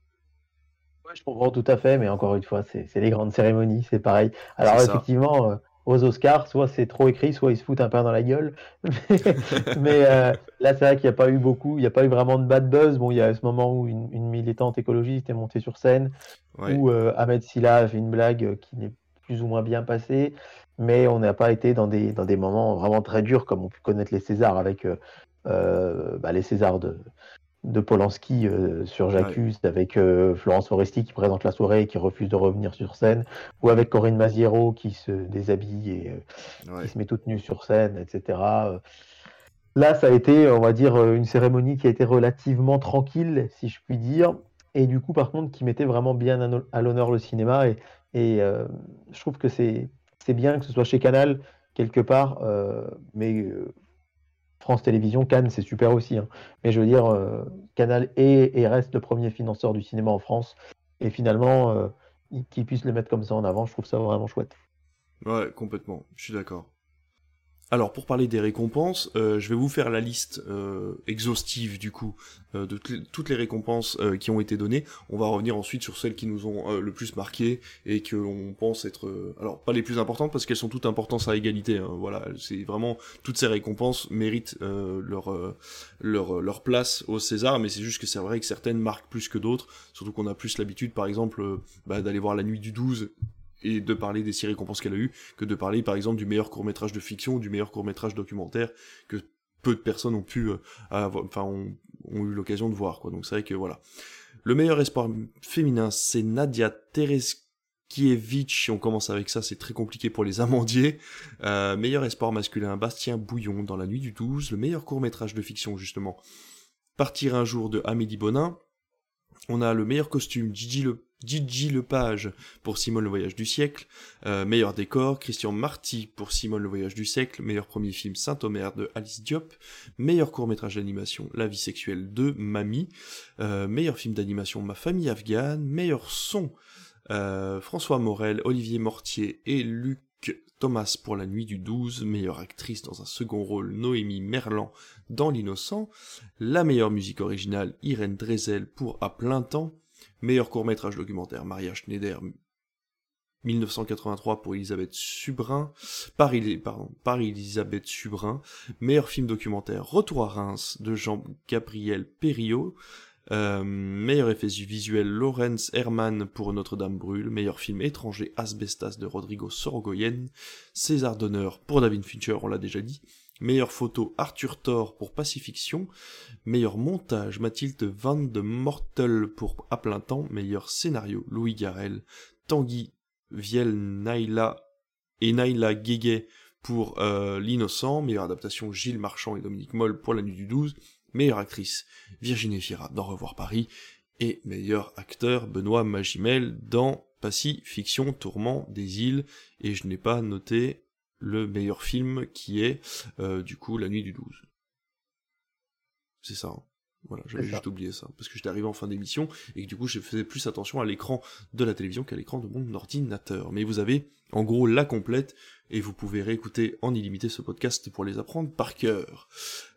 Ouais, je comprends tout à fait, mais encore une fois, c'est c'est les grandes cérémonies, c'est pareil. C'est Alors ça. effectivement, euh, aux Oscars, soit c'est trop écrit, soit ils se foutent un pain dans la gueule. Mais, mais, euh, là, c'est vrai qu'il n'y a pas eu beaucoup, il n'y a pas eu vraiment de bad buzz. Bon, il y a ce moment où une, une militante écologiste est montée sur scène, Ouais. où euh, Ahmed Silla a fait une blague euh, qui n'est plus ou moins bien passée, mais on n'a pas été dans des, dans des moments vraiment très durs, comme on peut connaître les Césars avec euh, euh, bah, les Césars de, de Polanski euh, sur Ouais. J'accuse, avec euh, Florence Foresti qui présente la soirée et qui refuse de revenir sur scène, ou Mm. avec Corinne Maziero qui se déshabille et euh, qui Ouais. se met toute nue sur scène, et cetera. Euh, Là, ça a été, on va dire, euh, une cérémonie qui a été relativement tranquille, si je puis dire, et du coup, par contre, qui mettait vraiment bien à, no- à l'honneur le cinéma. Et, et euh, je trouve que c'est c'est bien que ce soit chez Canal, quelque part, euh, mais euh, France Télévisions, Cannes, c'est super aussi, hein. Mais je veux dire, euh, Canal est et reste le premier financeur du cinéma en France. Et finalement, euh, qu'ils puissent le mettre comme ça en avant, je trouve ça vraiment chouette. Ouais, complètement. Je suis d'accord. Alors, pour parler des récompenses, euh, je vais vous faire la liste euh, exhaustive du coup euh, de t- toutes les récompenses euh, qui ont été données. On va revenir ensuite sur celles qui nous ont euh, le plus marqué et que l'on pense être, euh, alors pas les plus importantes parce qu'elles sont toutes importantes à égalité. Hein, voilà, c'est vraiment toutes ces récompenses méritent euh, leur euh, leur leur place au César, mais c'est juste que c'est vrai que certaines marquent plus que d'autres. Surtout qu'on a plus l'habitude, par exemple, euh, bah, d'aller voir La Nuit du douze et de parler des six récompenses qu'elle a eues, que de parler par exemple du meilleur court-métrage de fiction ou du meilleur court-métrage documentaire que peu de personnes ont pu euh, avoir, enfin ont, ont eu l'occasion de voir quoi. Donc c'est vrai que voilà. Le meilleur espoir féminin, c'est Nadia Tereskiewicz. Si on commence avec ça, c'est très compliqué pour les amandiers. Euh, meilleur espoir masculin, Bastien Bouillon dans La Nuit du douze. Le meilleur court-métrage de fiction justement, Partir un jour de Amélie Bonin. On a le meilleur costume, Gigi, le, Gigi Lepage pour Simone le voyage du siècle. Euh, meilleur décor, Christian Marty pour Simone le voyage du siècle. Meilleur premier film, Saint-Omer de Alice Diop. Meilleur court-métrage d'animation, La vie sexuelle de Mamie. Euh, meilleur film d'animation, Ma famille afghane. Meilleur son, euh, François Morel, Olivier Mortier et Luc Thomas pour La Nuit du douze, meilleure actrice dans un second rôle, Noémie Merlan dans L'Innocent, la meilleure musique originale, Irène Drezel pour À plein temps, meilleur court-métrage documentaire, Maria Schneider, mille neuf cent quatre-vingt-trois pour Elisabeth Subrin, par, pardon, par Elisabeth Subrin, meilleur film documentaire, Retour à Reims de Jean-Gabriel Perriot, Euh, meilleur effet visuel, Laurence Herman pour Notre-Dame brûle. Meilleur film étranger, Asbestas de Rodrigo Sorogoyen. César d'honneur pour David Fincher, on l'a déjà dit. Meilleure photo, Arthur Thor pour Pacifiction. Meilleur montage, Mathilde Van de Mortel pour À plein temps. Meilleur scénario, Louis Garrel. Tanguy Viel Naila et Naila Guéguet pour euh, L'Innocent. Meilleure adaptation, Gilles Marchand et Dominique Moll pour La Nuit du douze. Meilleure actrice, Virginie Fira dans Revoir Paris, et meilleur acteur, Benoît Magimel dans Pacifiction, Tourment des îles, et je n'ai pas noté le meilleur film qui est, euh, du coup, La Nuit du douze. C'est ça, hein. Voilà, j'avais C'est ça. juste oublié ça, parce que j'étais arrivé en fin d'émission, et que du coup, je faisais plus attention à l'écran de la télévision qu'à l'écran de mon ordinateur. Mais vous avez, en gros, la complète, et vous pouvez réécouter en illimité ce podcast pour les apprendre par cœur.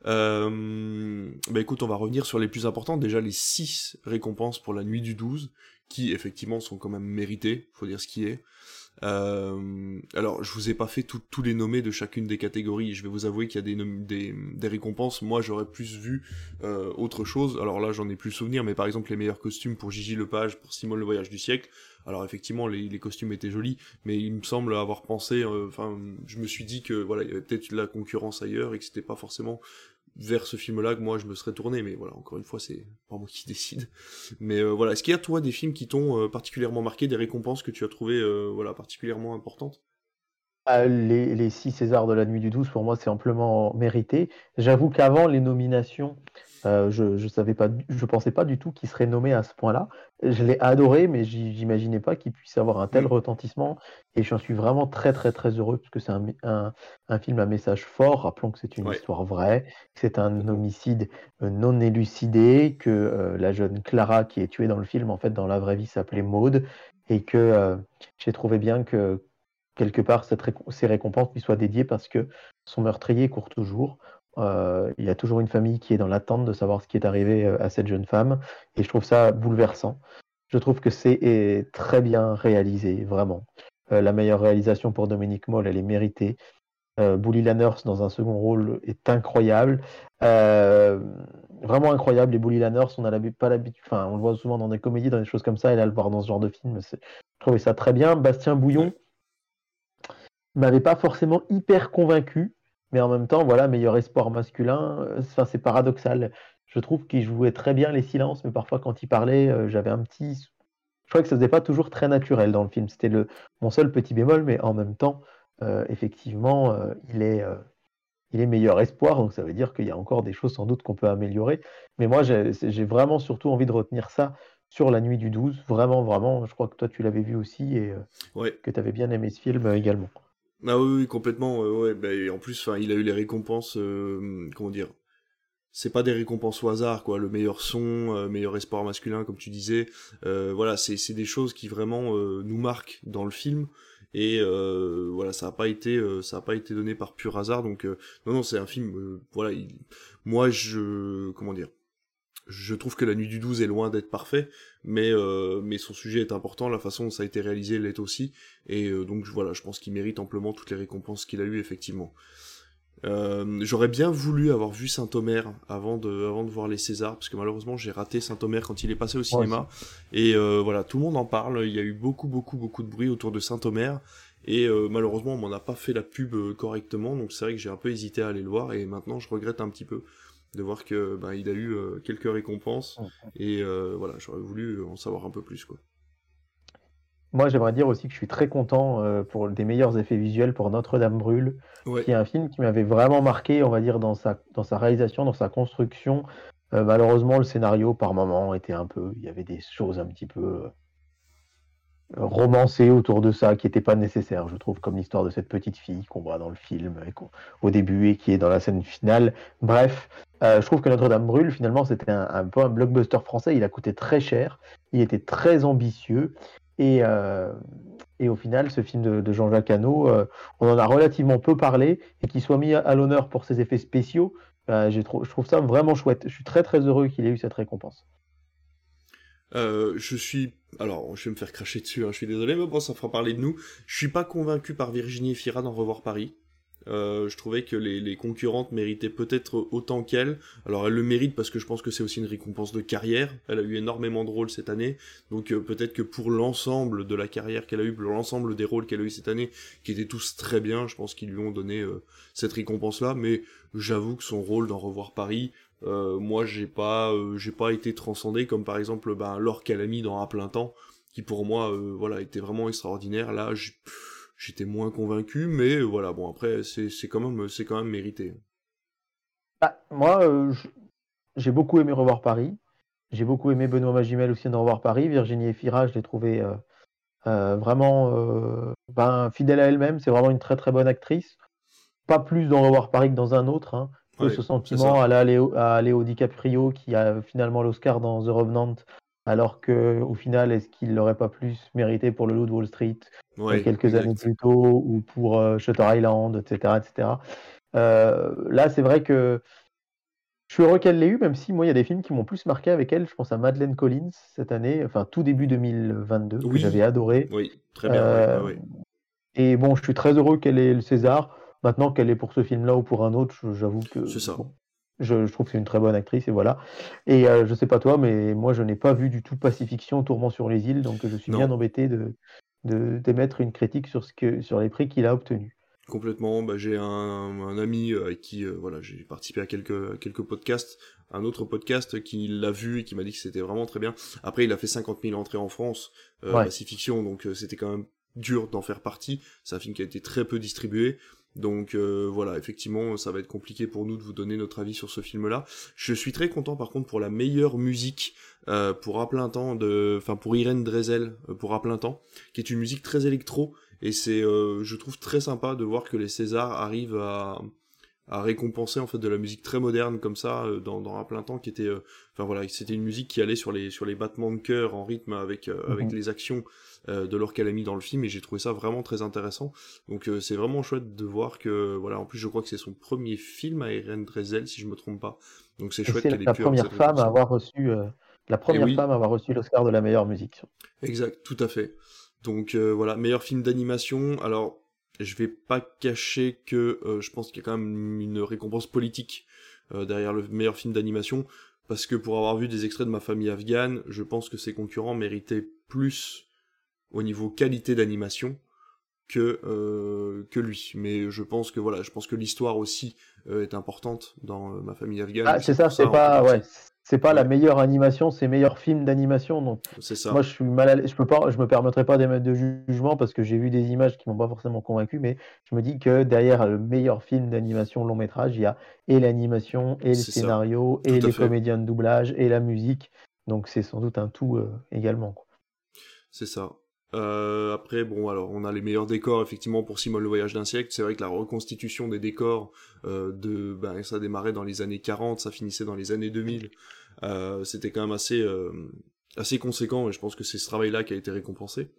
Euh... Bah écoute, on va revenir sur les plus importantes, déjà les six récompenses pour La Nuit du douze, qui, effectivement, sont quand même méritées, faut dire ce qui est. Euh, alors, je vous ai pas fait tous les nommés de chacune des catégories. Je vais vous avouer qu'il y a des, des, des récompenses. Moi, j'aurais plus vu euh, autre chose. Alors là, j'en ai plus souvenir, mais par exemple, les meilleurs costumes pour Gigi Lepage, pour Simone le voyage du siècle. Alors effectivement, les, les costumes étaient jolis, mais il me semble avoir pensé. Enfin, euh, je me suis dit que voilà, il y avait peut-être de la concurrence ailleurs et que c'était pas forcément vers ce film-là que moi je me serais tourné, mais voilà, encore une fois, c'est pas moi qui décide. Mais euh, voilà, est-ce qu'il y a toi des films qui t'ont euh, particulièrement marqué, des récompenses que tu as trouvées euh, voilà, particulièrement importantes? Ah, les, les six Césars de la Nuit du douze, pour moi, c'est amplement mérité. J'avoue qu'avant les nominations, euh, je je savais pas, du- je pensais pas du tout qu'il serait nommé à ce point-là. Je l'ai adoré, mais j'y- j'imaginais pas qu'il puisse avoir un tel Mm. retentissement. Et j'en suis vraiment très, très, très heureux parce que c'est un, mé- un, un film à message fort. Rappelons que c'est une Ouais, histoire vraie, que c'est un complètement. homicide euh, non élucidé, que euh, la jeune Clara qui est tuée dans le film, en fait, dans la vraie vie, s'appelait Maude, et que euh, j'ai trouvé bien que quelque part, cette récom- ces récompenses lui soient dédiées parce que son meurtrier court toujours. Euh, il y a toujours une famille qui est dans l'attente de savoir ce qui est arrivé euh, à cette jeune femme. Et je trouve ça bouleversant. Je trouve que c'est est très bien réalisé, vraiment. Euh, la meilleure réalisation pour Dominique Moll, elle est méritée. Euh, Bully Lanners dans un second rôle est incroyable. Euh, Vraiment incroyable. Et Bully Lanners, on a l'habi- pas l'habitude, enfin, on le voit souvent dans des comédies, dans des choses comme ça, et là, le voir dans ce genre de film, c'est- je trouvais ça très bien. Bastien Bouillon, Ouais. m'avait pas forcément hyper convaincu, mais en même temps, voilà, meilleur espoir masculin, euh, enfin, c'est paradoxal. Je trouve qu'il jouait très bien les silences, mais parfois quand il parlait, euh, j'avais un petit. Je crois que ça faisait pas toujours très naturel dans le film. C'était le mon seul petit bémol, mais en même temps, euh, effectivement, euh, il est, euh, il est meilleur espoir, donc ça veut dire qu'il y a encore des choses sans doute qu'on peut améliorer. Mais moi, j'ai j'ai vraiment surtout envie de retenir ça sur La Nuit du douze. Vraiment, vraiment, je crois que toi tu l'avais vu aussi et euh, Ouais. que tu avais bien aimé ce film euh, également. Ah oui, oui, complètement. euh, ouais, bah, et en plus, enfin, il a eu les récompenses, euh, comment dire, c'est pas des récompenses au hasard, quoi. Le meilleur son, euh, meilleur espoir masculin, comme tu disais. Euh, voilà, c'est c'est des choses qui vraiment euh, nous marquent dans le film. Et euh, voilà, ça a pas été, euh, ça a pas été donné par pur hasard. Donc euh, non, non, c'est un film. Euh, voilà, il- moi, je, comment dire, je trouve que La Nuit du douze est loin d'être parfait, mais euh, mais son sujet est important. La façon dont ça a été réalisé l'est aussi. Et euh, donc voilà, je pense qu'il mérite amplement toutes les récompenses qu'il a eues, effectivement. Euh, j'aurais bien voulu avoir vu Saint-Omer avant de, avant de voir les Césars, parce que malheureusement j'ai raté Saint-Omer quand il est passé au Moi aussi. cinéma. Et euh, voilà, tout le monde en parle, il y a eu beaucoup, beaucoup, beaucoup de bruit autour de Saint-Omer. Et euh, malheureusement on m'en a pas fait la pub euh, correctement, donc c'est vrai que j'ai un peu hésité à aller le voir, et maintenant je regrette un petit peu de voir que ben, il a eu euh, quelques récompenses, et euh, voilà, j'aurais voulu en savoir un peu plus, quoi. Moi, j'aimerais dire aussi que je suis très content euh, pour des meilleurs effets visuels pour Notre-Dame brûle, Ouais, qui est un film qui m'avait vraiment marqué, on va dire, dans sa, dans sa réalisation, dans sa construction. Euh, malheureusement, le scénario, par moments, était un peu. Il y avait des choses un petit peu euh, romancées autour de ça qui n'étaient pas nécessaires, je trouve, comme l'histoire de cette petite fille qu'on voit dans le film et qu'on- au début et qui est dans la scène finale. Bref, euh, je trouve que Notre-Dame brûle, finalement, c'était un, un peu un blockbuster français. Il a coûté très cher, il était très ambitieux. Et, euh, et au final, ce film de, de Jean-Jacques Hano, euh, on en a relativement peu parlé, et qu'il soit mis à, à l'honneur pour ses effets spéciaux, euh, j'ai trou- je trouve ça vraiment chouette. Je suis très très heureux qu'il ait eu cette récompense. euh, je suis... Alors, je vais me faire cracher dessus, hein, je suis désolé, mais bon, ça fera parler de nous. Je suis pas convaincu par Virginie Efira d'en revoir Paris. Euh, je trouvais que les, les concurrentes méritaient peut-être autant qu'elle. Alors elle le mérite parce que je pense que c'est aussi une récompense de carrière. Elle a eu énormément de rôles cette année, donc euh, peut-être que pour l'ensemble de la carrière qu'elle a eu, pour l'ensemble des rôles qu'elle a eu cette année, qui étaient tous très bien, je pense qu'ils lui ont donné euh, cette récompense-là. Mais j'avoue que son rôle dans Revoir Paris, euh, moi j'ai pas, euh, j'ai pas été transcendé comme par exemple ben, Laure Calamy dans À plein temps, qui pour moi euh, voilà était vraiment extraordinaire. Là, j'ai- j'étais moins convaincu, mais euh, voilà, bon après c'est c'est quand même c'est quand même mérité. Bah, moi, euh, je- j'ai beaucoup aimé Revoir Paris. J'ai beaucoup aimé Benoît Magimel aussi dans Revoir Paris. Virginie Efira, je l'ai trouvée euh, euh, vraiment euh, ben, fidèle à elle-même. C'est vraiment une très très bonne actrice. Pas plus dans Revoir Paris que dans un autre, hein. Un peu Ouais, ce c'est sentiment ça. à la Léo, à Léo DiCaprio qui a finalement l'Oscar dans The Revenant, alors que au final, est-ce qu'il l'aurait pas plus mérité pour Le Loup de Wall Street euh, Ouais, quelques années exact. plus tôt, ou pour euh, Shutter Island, et cetera, et cetera. Euh, là, c'est vrai que je suis heureux qu'elle l'ait eu, même si moi, il y a des films qui m'ont plus marqué avec elle. Je pense à Madeleine Collins cette année, enfin tout début deux mille vingt-deux, que j'avais Oui, adoré. oui, très bien, ouais, ouais, Euh, ouais. et bon, je suis très heureux qu'elle ait le César. Maintenant qu'elle est pour ce film-là ou pour un autre, je- j'avoue que C'est ça. bon, je, je trouve que c'est une très bonne actrice et voilà. Et euh, je sais pas toi, mais moi je n'ai pas vu du tout Pacifiction, Tourment sur les îles, donc je suis bien Non. embêté de, de d'émettre une critique sur ce que sur les prix qu'il a obtenus. Complètement. Bah, j'ai un, un ami euh, avec qui euh, voilà, j'ai participé à quelques, à quelques podcasts, un autre podcast qui l'a vu et qui m'a dit que c'était vraiment très bien. Après, il a fait cinquante mille entrées en France, euh, Ouais. bah, c'est fiction, donc euh, c'était quand même dur d'en faire partie. C'est un film qui a été très peu distribué. Donc euh, voilà, effectivement, ça va être compliqué pour nous de vous donner notre avis sur ce film-là. Je suis très content par contre pour la meilleure musique euh, pour À plein temps de, enfin pour Irène Dresel euh, pour À plein temps, qui est une musique très électro et c'est, euh, je trouve très sympa de voir que les Césars arrivent à à récompenser en fait de la musique très moderne comme ça euh, dans dans À plein temps qui était, euh, enfin voilà, c'était une musique qui allait sur les sur les battements de cœur en rythme avec euh, Mhm. avec les actions euh, de Laure Calamy dans le film et j'ai trouvé ça vraiment très intéressant. Donc euh, c'est vraiment chouette de voir que voilà, en plus je crois que c'est son premier film à Irène Dresel si je me trompe pas. Donc c'est Et chouette c'est qu'elle ait la pu avoir cette première femme à récompense. avoir reçu, euh, la Et première oui, femme à avoir reçu l'Oscar de la meilleure musique. exact, tout à fait. Donc euh, voilà, meilleur film d'animation. Alors, je vais pas cacher que euh, je pense qu'il y a quand même une récompense politique euh, derrière le meilleur film d'animation, parce que pour avoir vu des extraits de Ma famille afghane, je pense que ses concurrents méritaient plus au niveau qualité d'animation que euh, que lui. Mais je pense que voilà, je pense que l'histoire aussi euh, est importante dans euh, Ma famille afghane, Ah, donc c'est c'est ça, pour c'est ça en pas, ouais, partie. c'est pas la Ouais, meilleure animation, c'est meilleur film d'animation. Donc, c'est moi, ça, je suis mal à l'aise, je peux pas, je me permettrai pas d'émettre de jugement parce que j'ai vu des images qui m'ont pas forcément convaincu, mais je me dis que derrière le meilleur film d'animation long métrage, il y a et l'animation, et le c'est ça, scénario, tout et à les fait. comédiens de doublage, et la musique. Donc, c'est sans doute un tout euh, également, quoi. C'est ça. Euh, après, bon, alors, on a les meilleurs décors, effectivement, pour Simone le voyage d'un siècle. C'est vrai que la reconstitution des décors, euh, de, ben, ça démarrait dans les années quarante, ça finissait dans les années deux mille. Euh, c'était quand même assez, euh, assez conséquent, et je pense que c'est ce travail-là qui a été récompensé.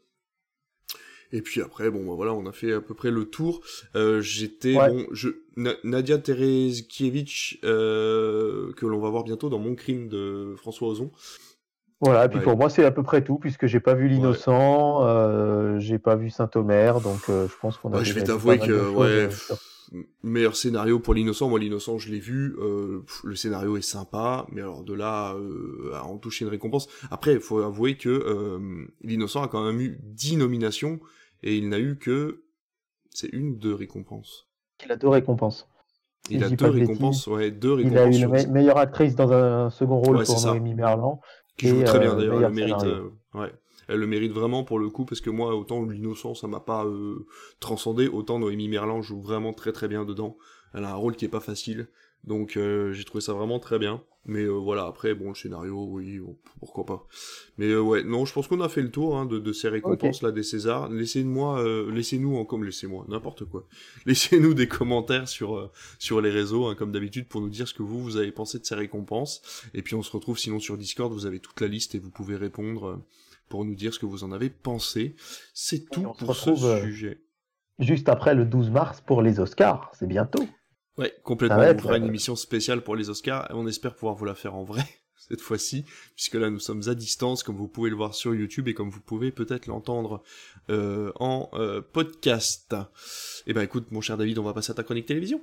Et puis après, bon, ben, voilà, on a fait à peu près le tour. Euh, j'étais, Ouais. bon, je, Na- Nadia Terezkiewicz, euh, que l'on va voir bientôt dans Mon crime de François Ozon. Voilà, et puis Bah, pour moi, c'est à peu près tout, puisque j'ai pas vu ouais. L'Innocent, euh, j'ai pas vu Saint-Omer, donc euh, je pense qu'on a Bah, je vais déjà dit pas t'avouer mal de que, choses ouais, euh, pff, sur. meilleur scénario pour l'Innocent. Moi, l'Innocent, je l'ai vu. Euh, pff, le scénario est sympa, mais alors de là euh, à en toucher une récompense. Après, il faut avouer que euh, l'Innocent a quand même eu dix nominations et il n'a eu que, c'est une ou deux récompenses. Il a deux récompenses, si Il je a dis deux pas de bêtises. récompenses, ouais, deux Il a récompenses eu le sur me- dix. meilleure actrice dans un second rôle Ouais, c'est pour ça. Noémie Merlan Qui joue et très bien euh, d'ailleurs, elle le meilleur mérite. scénario. euh, ouais. Elle le mérite vraiment pour le coup, parce que moi, autant l'Innocent, ça m'a pas euh, transcendé, autant Noémie Merlan joue vraiment très très bien dedans. Elle a un rôle qui est pas facile, donc euh, j'ai trouvé ça vraiment très bien. Mais euh, voilà, après, bon, le scénario, oui, bon, pourquoi pas. Mais euh, ouais, non, je pense qu'on a fait le tour hein, de, de ces Ok. récompenses là des Césars. Laissez-moi, euh, laissez-nous en comme, laissez-moi, n'importe quoi. Laissez-nous des commentaires sur euh, sur les réseaux, hein, comme d'habitude, pour nous dire ce que vous vous avez pensé de ces récompenses. Et puis on se retrouve sinon sur Discord, vous avez toute la liste et vous pouvez répondre. Euh, pour nous dire ce que vous en avez pensé. C'est Et tout on se pour ce retrouve euh, sujet. juste après le douze mars pour les Oscars. C'est bientôt. Ouais, Ça complètement. va On vous être. fera une euh, émission spéciale pour les Oscars et on espère pouvoir vous la faire en vrai cette fois-ci, puisque là nous sommes à distance, comme vous pouvez le voir sur YouTube et comme vous pouvez peut-être l'entendre euh, en euh, podcast. Et ben écoute, mon cher David, on va passer à ta chronique télévision.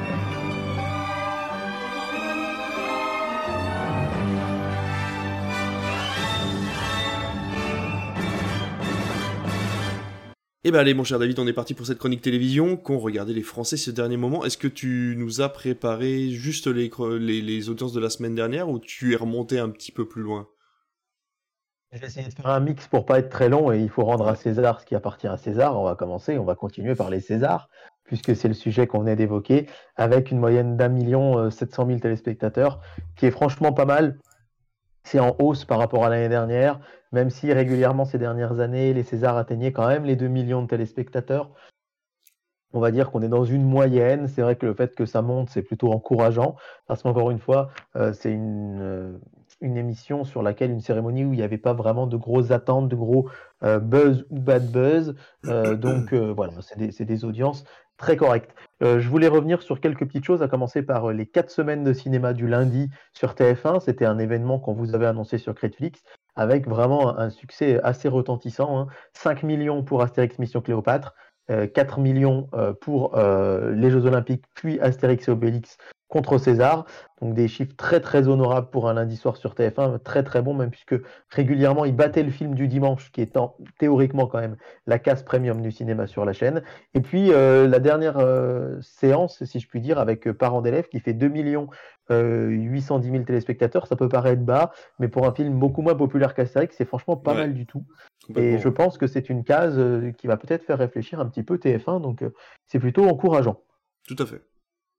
Eh ben allez mon cher David, on est parti pour cette chronique télévision qu'ont regardé les Français ce dernier moment. Est-ce que tu nous as préparé juste les, les, les audiences de la semaine dernière ou tu es remonté un petit peu plus loin? Je vais essayer de faire un mix pour pas être très long et il faut rendre à Ouais. César ce qui appartient à César. On va commencer, on va continuer par les Césars, puisque c'est le sujet qu'on venait d'évoquer, avec une moyenne d'un million euh, sept cent mille téléspectateurs, qui est franchement pas mal. C'est en hausse par rapport à l'année dernière, même si régulièrement ces dernières années, les Césars atteignaient quand même les deux millions de téléspectateurs. On va dire qu'on est dans une moyenne. C'est vrai que le fait que ça monte, c'est plutôt encourageant, parce qu'encore une fois, euh, c'est une, euh, une émission sur laquelle une cérémonie où il n'y avait pas vraiment de grosses attentes, de gros euh, buzz ou bad buzz. Euh, donc euh, voilà, c'est des, c'est des audiences très correctes. Euh, je voulais revenir sur quelques petites choses, à commencer par euh, les quatre semaines de cinéma du lundi sur T F un. C'était un événement qu'on vous avait annoncé sur Netflix, avec vraiment un, un succès assez retentissant, hein. cinq millions pour Astérix Mission Cléopâtre, euh, quatre millions euh, pour euh, les Jeux Olympiques, puis Astérix et Obélix contre César. Donc des chiffres très très honorables pour un lundi soir sur T F un, très très bon, même puisque régulièrement il battait le film du dimanche, qui est en, théoriquement quand même la case premium du cinéma sur la chaîne. Et puis euh, la dernière euh, séance, si je puis dire, avec euh, Parents d'élèves, qui fait deux millions huit cent dix mille téléspectateurs, ça peut paraître bas, mais pour un film beaucoup moins populaire qu'Astérix, c'est franchement pas Ouais, mal du tout. complètement. Et je pense que c'est une case euh, qui va peut-être faire réfléchir un petit peu T F un, donc euh, c'est plutôt encourageant. Tout à fait.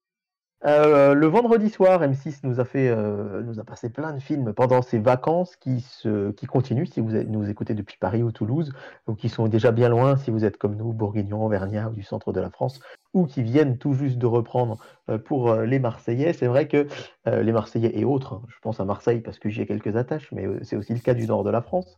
Euh, le vendredi soir, M six nous a fait, euh, nous a passé plein de films pendant ses vacances qui se, qui continuent si vous êtes- nous écoutez depuis Paris ou Toulouse, ou qui sont déjà bien loin si vous êtes comme nous, bourguignons, auvergnats ou du centre de la France, ou qui viennent tout juste de reprendre euh, pour euh, les Marseillais. C'est vrai que euh, les Marseillais et autres, hein, je pense à Marseille parce que j'y ai quelques attaches, mais euh, c'est aussi le cas du nord de la France.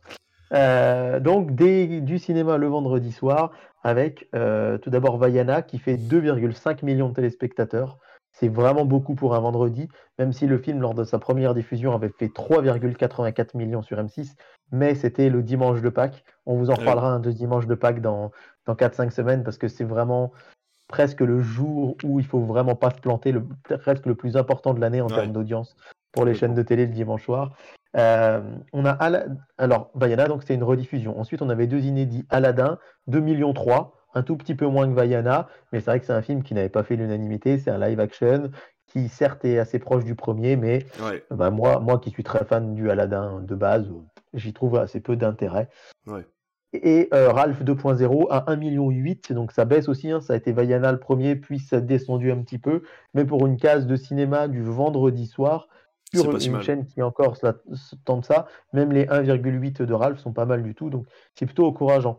Euh, donc des, du cinéma le vendredi soir avec euh, tout d'abord Vaiana qui fait deux virgule cinq millions de téléspectateurs. C'est vraiment beaucoup pour un vendredi, même si le film, lors de sa première diffusion, avait fait trois virgule quatre-vingt-quatre millions sur M six, mais c'était le dimanche de Pâques. On vous en reparlera un de dimanche de Pâques dans, dans quatre cinq semaines, parce que c'est vraiment presque le jour où il faut vraiment pas se planter, le, presque le plus important de l'année en Ouais. termes d'audience pour les Complètement. chaînes de télé le dimanche soir. Euh, on a Ala- alors Vaiana, donc c'était une rediffusion. Ensuite, on avait deux inédits, Aladdin, deux virgule trois millions, un tout petit peu moins que Vaiana, mais c'est vrai que c'est un film qui n'avait pas fait l'unanimité. C'est un live action qui certes est assez proche du premier, mais Ouais, bah, moi, moi qui suis très fan du Aladdin de base, j'y trouve assez peu d'intérêt. ouais. Et euh, Ralph deux point zéro à un virgule huit million, donc ça baisse aussi, hein, ça a été Vaiana le premier, puis ça a descendu un petit peu, mais pour une case de cinéma du vendredi soir, C'est sur pas si une mal. chaîne qui encore cela, tente ça, même les un virgule huit de Ralph sont pas mal du tout, donc c'est plutôt encourageant.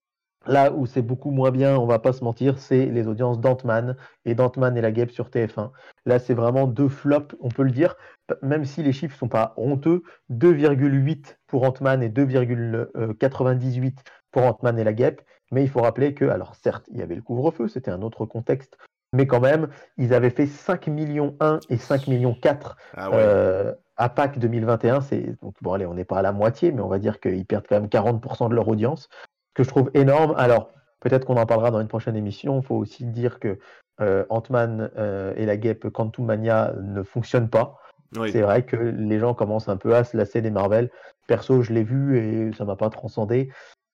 Là où c'est beaucoup moins bien, on va pas se mentir, c'est les audiences d'Ant-Man et d'Ant-Man et la Guêpe sur T F un. Là, c'est vraiment deux flops, on peut le dire, même si les chiffres sont pas honteux, deux virgule huit pour Ant-Man et deux virgule quatre-vingt-dix-huit pour Ant-Man et la Guêpe. Mais il faut rappeler que, alors certes, il y avait le couvre-feu, c'était un autre contexte, mais quand même, ils avaient fait cinq millions un et cinq millions quatre Ah ouais. euh, à Pâques deux mille vingt et un. C'est, donc bon, allez, on n'est pas à la moitié, mais on va dire qu'ils perdent quand même quarante pour cent de leur audience, que je trouve énorme. Alors, peut-être qu'on en parlera dans une prochaine émission. Il faut aussi dire que euh, Ant-Man euh, et la Guêpe Quantumania ne fonctionnent pas. Oui. C'est vrai que les gens commencent un peu à se lasser des Marvel. Perso, je l'ai vu et ça m'a pas transcendé.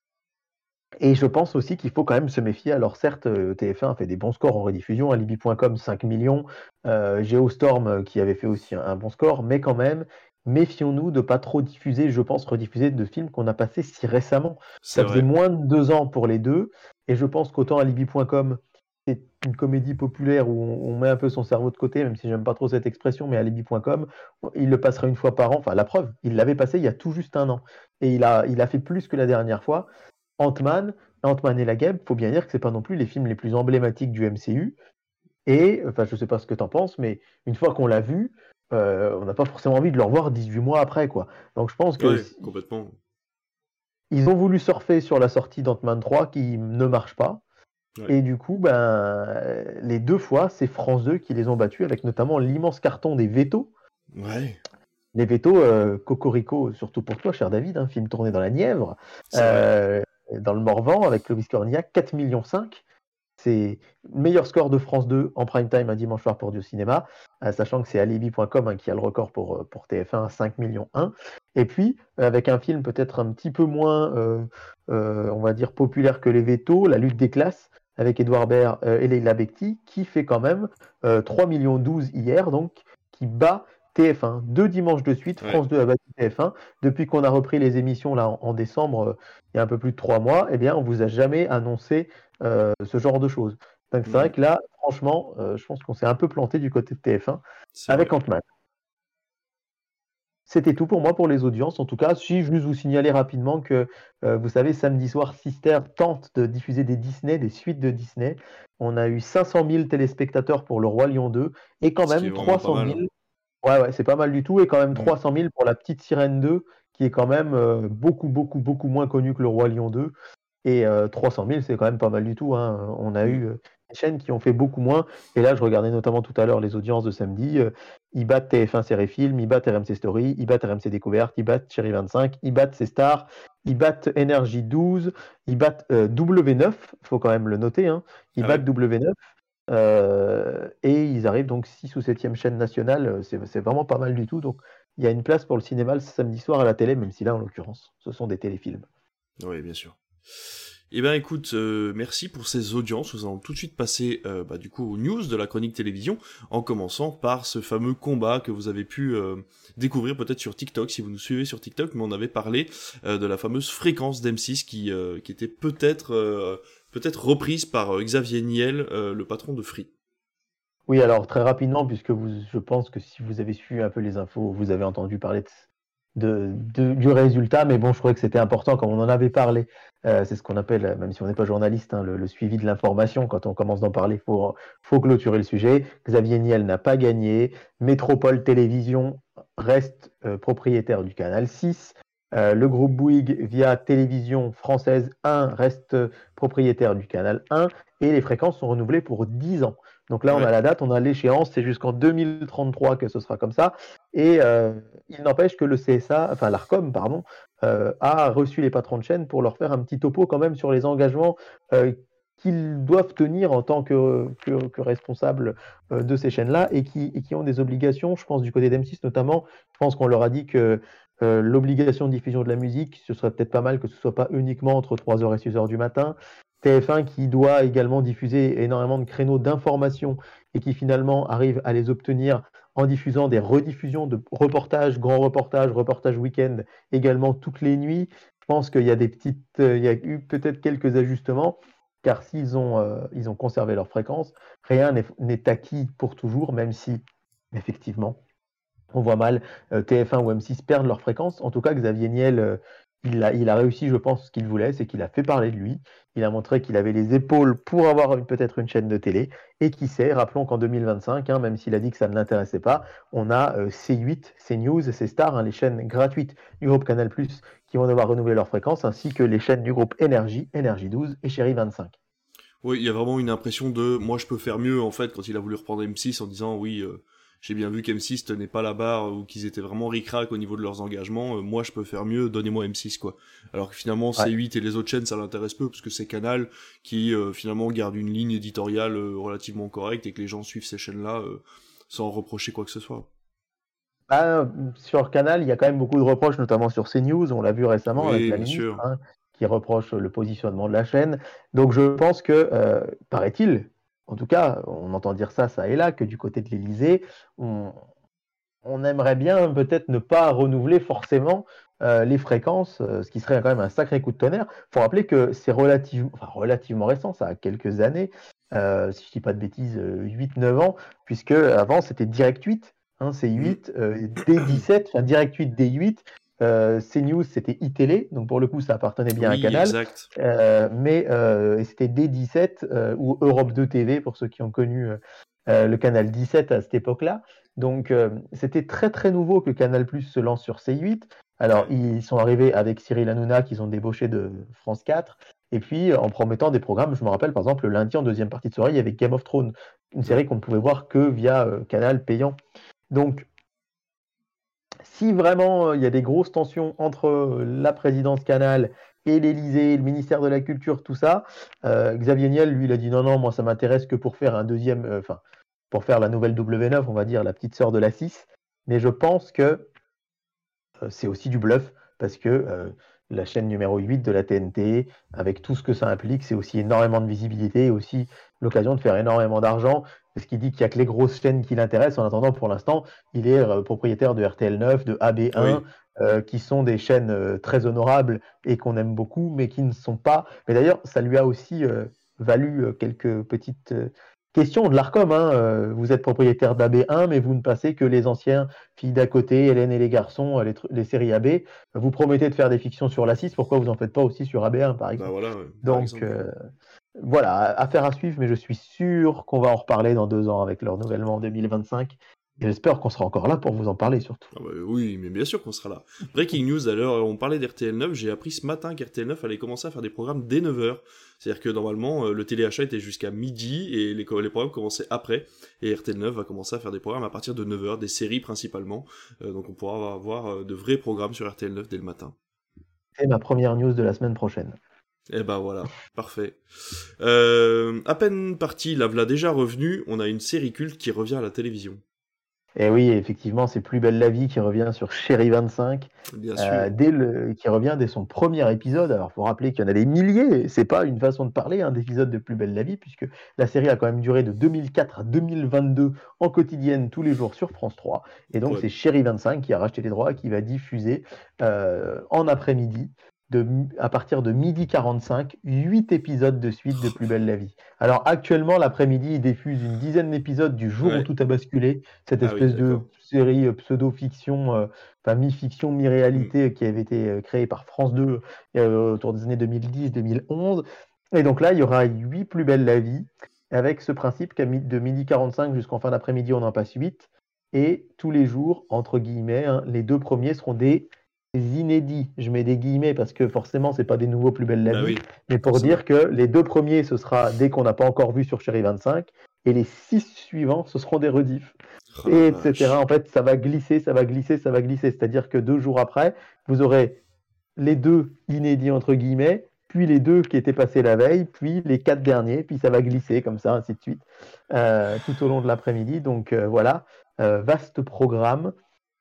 Et je pense aussi qu'il faut quand même se méfier. Alors certes, T F un a fait des bons scores en rediffusion, Alibi point com cinq millions, euh, Geostorm qui avait fait aussi un, un bon score, mais quand même, méfions-nous de pas trop diffuser, je pense, rediffuser de films qu'on a passés si récemment. C'est Ça faisait vrai. moins de deux ans pour les deux, et je pense qu'autant Alibi point com, c'est une comédie populaire où on, on met un peu son cerveau de côté, même si j'aime pas trop cette expression, mais Alibi point com, il le passera une fois par an, enfin la preuve, il l'avait passé il y a tout juste un an, et il a, il a fait plus que la dernière fois. Ant-Man, Ant-Man et la Guêpe, il faut bien dire que c'est pas non plus les films les plus emblématiques du M C U. Et, enfin, je sais pas ce que tu en penses, mais une fois qu'on l'a vu, euh, on n'a pas forcément envie de le revoir dix-huit mois après, quoi. Donc je pense que Ouais, si- complètement. ils ont voulu surfer sur la sortie d'Ant-Man trois qui ne marche pas. Ouais. Et du coup, ben, les deux fois, c'est France deux qui les ont battus, avec notamment l'immense carton des Vétos. Ouais. Les Vétos, euh, Cocorico, surtout pour toi, cher David, un film tourné dans la Nièvre, C'est vrai. euh, dans le Morvan, avec Clovis Cornillac, quatre virgule cinq millions. C'est le meilleur score de France deux en prime time un dimanche soir pour du cinéma, euh, sachant que c'est Alibi point com hein, qui a le record pour, pour T F un, cinq virgule un millions. Et puis, avec un film peut-être un petit peu moins, euh, euh, on va dire, populaire que les Vétos, La lutte des classes, avec Edouard Baird euh, et Leila Bekti, qui fait quand même euh, trois virgule douze millions hier, donc qui bat T F un. Deux dimanches de suite, Ouais. France deux a battu T F un. Depuis qu'on a repris les émissions là en, en décembre, euh, il y a un peu plus de trois mois, eh bien, on vous a jamais annoncé euh, ce genre de choses. Donc c'est Mhm. vrai que là, franchement, euh, je pense qu'on s'est un peu planté du côté de T F un C'est avec vrai. Ant-Man. C'était tout pour moi pour les audiences. En tout cas, si juste vous signaler rapidement que, euh, vous savez, samedi soir, Sister tente de diffuser des Disney, des suites de Disney. On a eu cinq cent mille téléspectateurs pour Le Roi Lion deux et quand Ce qui est même vraiment pas trois cent mal. mille. Ouais, ouais, c'est pas mal du tout. Et quand même Mhm. trois cent mille pour La Petite Sirène deux, qui est quand même euh, beaucoup, beaucoup, beaucoup moins connu que Le Roi Lion deux. Et euh, trois cent mille, c'est quand même pas mal du tout, hein. On a Mhm. eu euh, des chaînes qui ont fait beaucoup moins. Et là, je regardais notamment tout à l'heure les audiences de samedi. euh, ils battent T F un Série Film, ils battent R M C Story, ils battent R M C Découverte, ils battent Chérie vingt-cinq, ils battent C Star, ils battent Énergie douze, ils battent euh, W neuf, il faut quand même le noter, hein. Ils Ah battent ouais. W neuf. Euh, et ils arrivent donc six ou septième chaîne nationale, euh, c'est, c'est vraiment pas mal du tout. Donc il y a une place pour le cinéma le samedi soir à la télé, même si là, en l'occurrence, ce sont des téléfilms. Oui, bien sûr. Eh ben écoute, euh, merci pour ces audiences. Nous allons tout de suite passer euh, bah, du coup aux news de la chronique télévision, en commençant par ce fameux combat que vous avez pu euh, découvrir peut-être sur TikTok, si vous nous suivez sur TikTok, mais on avait parlé euh, de la fameuse fréquence d'M six qui, euh, qui était peut-être euh, peut-être reprise par euh, Xavier Niel, euh, le patron de Free. Oui, alors très rapidement, puisque vous, je pense que si vous avez suivi un peu les infos, vous avez entendu parler de, de, de- du résultat, mais bon, je trouvais que c'était important, comme on en avait parlé, euh, c'est ce qu'on appelle, même si on n'est pas journaliste, hein, le, le suivi de l'information. Quand on commence d'en parler, il faut, faut clôturer le sujet. Xavier Niel n'a pas gagné, Métropole Télévision reste euh, propriétaire du canal six, euh, le groupe Bouygues, via Télévision Française un, reste euh, propriétaire du canal un, et les fréquences sont renouvelées pour dix ans. Donc là, on Ouais. a la date, on a l'échéance, c'est jusqu'en deux mille trente-trois que ce sera comme ça. Et euh, il n'empêche que le C S A, enfin l'Arcom, pardon, euh, a reçu les patrons de chaîne pour leur faire un petit topo quand même sur les engagements euh, qu'ils doivent tenir en tant que, que, que responsables euh, de ces chaînes-là et qui, et qui ont des obligations, je pense du côté d'M six notamment, je pense qu'on leur a dit que euh, l'obligation de diffusion de la musique, ce serait peut-être pas mal que ce ne soit pas uniquement entre trois heures et six heures du matin. T F un qui doit également diffuser énormément de créneaux d'information et qui finalement arrive à les obtenir en diffusant des rediffusions de reportages, grands reportages, reportages week-end également toutes les nuits. Je pense qu'il y a des petites, euh, il y a eu peut-être quelques ajustements, car s'ils ont, euh, ils ont conservé leur fréquence, rien n'est, n'est acquis pour toujours, même si effectivement on voit mal euh, T F un ou M six perdre leur fréquence. En tout cas, Xavier Niel, euh, il, a, il a réussi, je pense, ce qu'il voulait, c'est qu'il a fait parler de lui. Il a montré qu'il avait les épaules pour avoir une, peut-être une chaîne de télé. Et qui sait, rappelons qu'en deux mille vingt-cinq, hein, même s'il a dit que ça ne l'intéressait pas, on a euh, C huit, CNews, C-Star, hein, les chaînes gratuites du groupe Canal+, qui vont devoir renouveler leur fréquence, ainsi que les chaînes du groupe Énergie, Énergie douze et Chérie vingt-cinq. Oui, il y a vraiment une impression de moi je peux faire mieux en fait quand il a voulu reprendre M six en disant oui euh, j'ai bien vu qu'M six tenait pas la barre ou qu'ils étaient vraiment ric-rac au niveau de leurs engagements, euh, moi je peux faire mieux, donnez-moi M six quoi. Alors que finalement Ouais. C huit et les autres chaînes ça l'intéresse peu parce que c'est Canal qui euh, finalement garde une ligne éditoriale euh, relativement correcte et que les gens suivent ces chaînes-là euh, sans reprocher quoi que ce soit. Ah, sur Canal, il y a quand même beaucoup de reproches, notamment sur CNews. On l'a vu récemment avec Oui, la bien ministre, sûr. hein, qui reproche le positionnement de la chaîne. Donc je pense que, euh, paraît-il, en tout cas, on entend dire ça, ça et là, que du côté de l'Élysée, on, on aimerait bien peut-être ne pas renouveler forcément euh, les fréquences, euh, ce qui serait quand même un sacré coup de tonnerre. Il faut rappeler que c'est relative, enfin, relativement récent, ça a quelques années, euh, si je ne dis pas de bêtises, euh, huit neuf ans, puisque avant c'était Direct huit, hein, c'est Mm. huit, euh, D dix-sept, enfin Direct huit, D huit, euh, CNews c'était iTélé, donc pour le coup ça appartenait bien à Oui, Canal, exact. euh, mais euh, et c'était D dix-sept euh, ou Europe deux T V pour ceux qui ont connu euh, le Canal dix-sept à cette époque-là. Donc, euh, c'était très très nouveau que Canal+ se lance sur C huit. Alors, Ouais. ils sont arrivés avec Cyril Hanouna, qu'ils ont débauché de France quatre, et puis en promettant des programmes. Je me rappelle, par exemple, le lundi en deuxième partie de soirée, il y avait Game of Thrones, une série Ouais. qu'on ne pouvait voir que via euh, Canal payant. Donc, si vraiment euh, il y a des grosses tensions entre euh, la présidence Canal et l'Élysée, le ministère de la Culture, tout ça, euh, Xavier Niel, lui, il a dit non, non, moi ça m'intéresse que pour faire un deuxième, euh, enfin, pour faire la nouvelle W neuf, on va dire, la petite sœur de la six. Mais je pense que euh, c'est aussi du bluff parce que euh, la chaîne numéro huit de la T N T, avec tout ce que ça implique, c'est aussi énormément de visibilité et aussi l'occasion de faire énormément d'argent. Ce qui dit qu'il n'y a que les grosses chaînes qui l'intéressent. En attendant, pour l'instant, il est euh, propriétaire de R T L neuf, de A B un, Oui. euh, qui sont des chaînes euh, très honorables et qu'on aime beaucoup, mais qui ne sont pas. Mais d'ailleurs, ça lui a aussi euh, valu euh, quelques petites euh, questions de l'Arcom. Hein. Euh, vous êtes propriétaire d'A B un, mais vous ne passez que les anciens Filles d'à côté, Hélène et les garçons, les, les séries A B. Vous promettez de faire des fictions sur la six, pourquoi vous n'en faites pas aussi sur A B un, par Bah exemple? voilà, ouais, par Donc, exemple. euh, voilà, affaire à suivre, mais je suis sûr qu'on va en reparler dans deux ans avec leur renouvellement en deux mille vingt-cinq. Et j'espère qu'on sera encore là pour vous en parler, surtout. Ah bah oui, mais bien sûr qu'on sera là. Breaking news, alors, on parlait d'R T L neuf, j'ai appris ce matin qu'R T L neuf allait commencer à faire des programmes dès neuf heures. C'est-à-dire que normalement, euh, le téléachat était jusqu'à midi et les, les programmes commençaient après. Et R T L neuf va commencer à faire des programmes à partir de neuf heures, des séries principalement. Euh, donc on pourra avoir euh, de vrais programmes sur R T L neuf dès le matin. C'est ma première news de la semaine prochaine. Eh ben voilà, parfait. Euh, à peine parti, la voilà déjà revenue, on a une série culte qui revient à la télévision. Et oui, effectivement, c'est Plus belle la vie qui revient sur Chéri vingt-cinq, Bien euh, sûr. dès le, qui revient dès son premier épisode. Alors, faut rappeler qu'il y en a des milliers, c'est pas une façon de parler, hein, d'épisodes de Plus belle la vie, puisque la série a quand même duré de deux mille quatre à deux mille vingt-deux en quotidienne tous les jours sur France trois. Et donc, Ouais. c'est Chéri vingt-cinq qui a racheté les droits et qui va diffuser euh, en après-midi. De, à partir de midi quarante-cinq, huit épisodes de suite de Plus belle la vie. Alors actuellement, l'après-midi, il diffuse une dizaine d'épisodes du jour où Ouais. tout a basculé, cette Ah oui, espèce de d'accord. série euh, pseudo-fiction, euh, enfin mi-fiction, Hmm. mi-réalité qui avait été euh, créée par France deux euh, autour des années deux mille dix deux mille onze. Et donc là, il y aura huit Plus belle la vie, avec ce principe qu'à mi- de midi quarante-cinq jusqu'en fin d'après-midi, on en passe huit. Et tous les jours, entre guillemets, hein, les deux premiers seront des inédits. Je mets des guillemets parce que forcément, c'est pas des nouveaux Plus belle la Bah vie, oui, mais pour forcément. dire que les deux premiers, ce sera dès qu'on n'a pas encore vu sur Chéri vingt-cinq, et les six suivants, ce seront des rediffs, Oh la et etc. vache. En fait, ça va glisser, ça va glisser, ça va glisser. C'est-à-dire que deux jours après, vous aurez les deux inédits, entre guillemets, puis les deux qui étaient passés la veille, puis les quatre derniers, puis ça va glisser comme ça, ainsi de suite, euh, tout au long de l'après-midi. Donc euh, voilà, euh, vaste programme.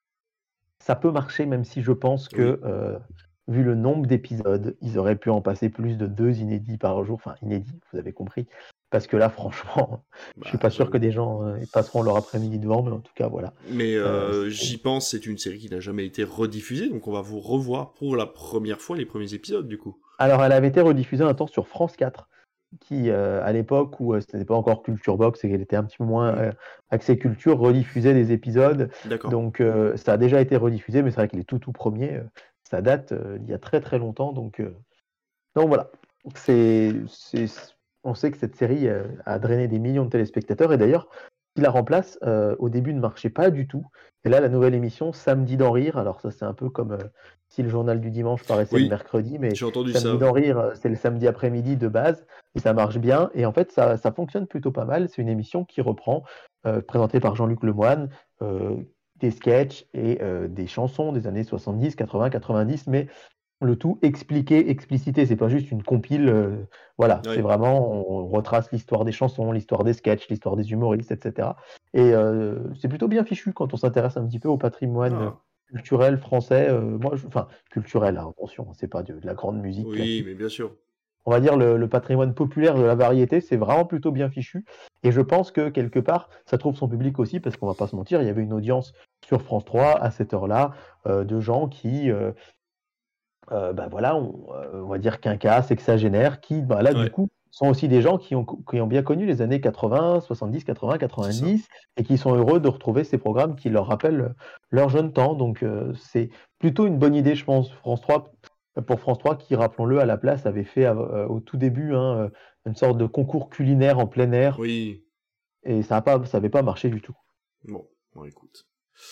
Ça peut marcher, même si je pense Oui. que, euh, vu le nombre d'épisodes, ils auraient pu en passer plus de deux inédits par jour. Enfin, inédits, vous avez compris. Parce que là, franchement, je suis Bah pas sûr que j'avoue. des gens euh, passeront leur après-midi devant, mais en tout cas, voilà. Mais Euh, euh, c'est- j'y pense, c'est une série qui n'a jamais été rediffusée, donc on va vous revoir pour la première fois les premiers épisodes du coup. Alors, elle avait été rediffusée un temps sur France quatre, qui, euh, à l'époque où euh, ce n'était pas encore Culture Box et qu'elle était un petit peu moins Hmm. euh, axée culture, rediffusait des épisodes. D'accord. Donc, euh, ça a déjà été rediffusé, mais c'est vrai que les tout tout premiers, euh, ça date euh, d'il y a très très longtemps. Donc, euh, donc voilà. C'est, c'est, on sait que cette série euh, a drainé des millions de téléspectateurs, et d'ailleurs, qui la remplace, euh, au début ne marchait pas du tout. Et là, la nouvelle émission, Samedi d'en rire, alors ça c'est un peu comme euh, si le journal du dimanche paraissait le Oui, mercredi, mais j'ai entendu Samedi ça. d'en rire, euh, c'est le samedi après-midi de base, et ça marche bien. Et en fait, ça, ça fonctionne plutôt pas mal. C'est une émission qui reprend, euh, présentée par Jean-Luc Lemoyne, euh, des sketchs et euh, des chansons des années soixante-dix, quatre-vingts, quatre-vingt-dix, mais le tout expliqué, explicité, c'est pas juste une compile. Euh, voilà, c'est Ouais. vraiment, on retrace l'histoire des chansons, l'histoire des sketchs, l'histoire des humoristes, et cetera. Et euh, c'est plutôt bien fichu quand on s'intéresse un petit peu au patrimoine Ah. culturel français. Euh, moi, je- enfin, culturel, hein, attention, c'est pas de, de la grande musique Oui, classique. mais bien sûr. On va dire le, le patrimoine populaire de la variété, c'est vraiment plutôt bien fichu. Et je pense que quelque part, ça trouve son public aussi, parce qu'on va pas se mentir, il y avait une audience sur France trois à cette heure-là, euh, de gens qui, euh, euh, bah voilà, on, euh, on va dire quinquas, sexagénaires, qui, bah là, du Ouais, coup, sont aussi des gens qui ont, qui ont bien connu les années quatre-vingts, soixante-dix, quatre-vingts, c'est ça. quatre-vingt-dix, et qui sont heureux de retrouver ces programmes qui leur rappellent leur jeune temps. Donc, euh, c'est plutôt une bonne idée, je pense, France trois, pour France trois, qui, rappelons-le, à la place, avait fait euh, au tout début hein, euh, une sorte de concours culinaire en plein air, Oui. et ça n'avait pas marché du tout. Bon, bon écoute.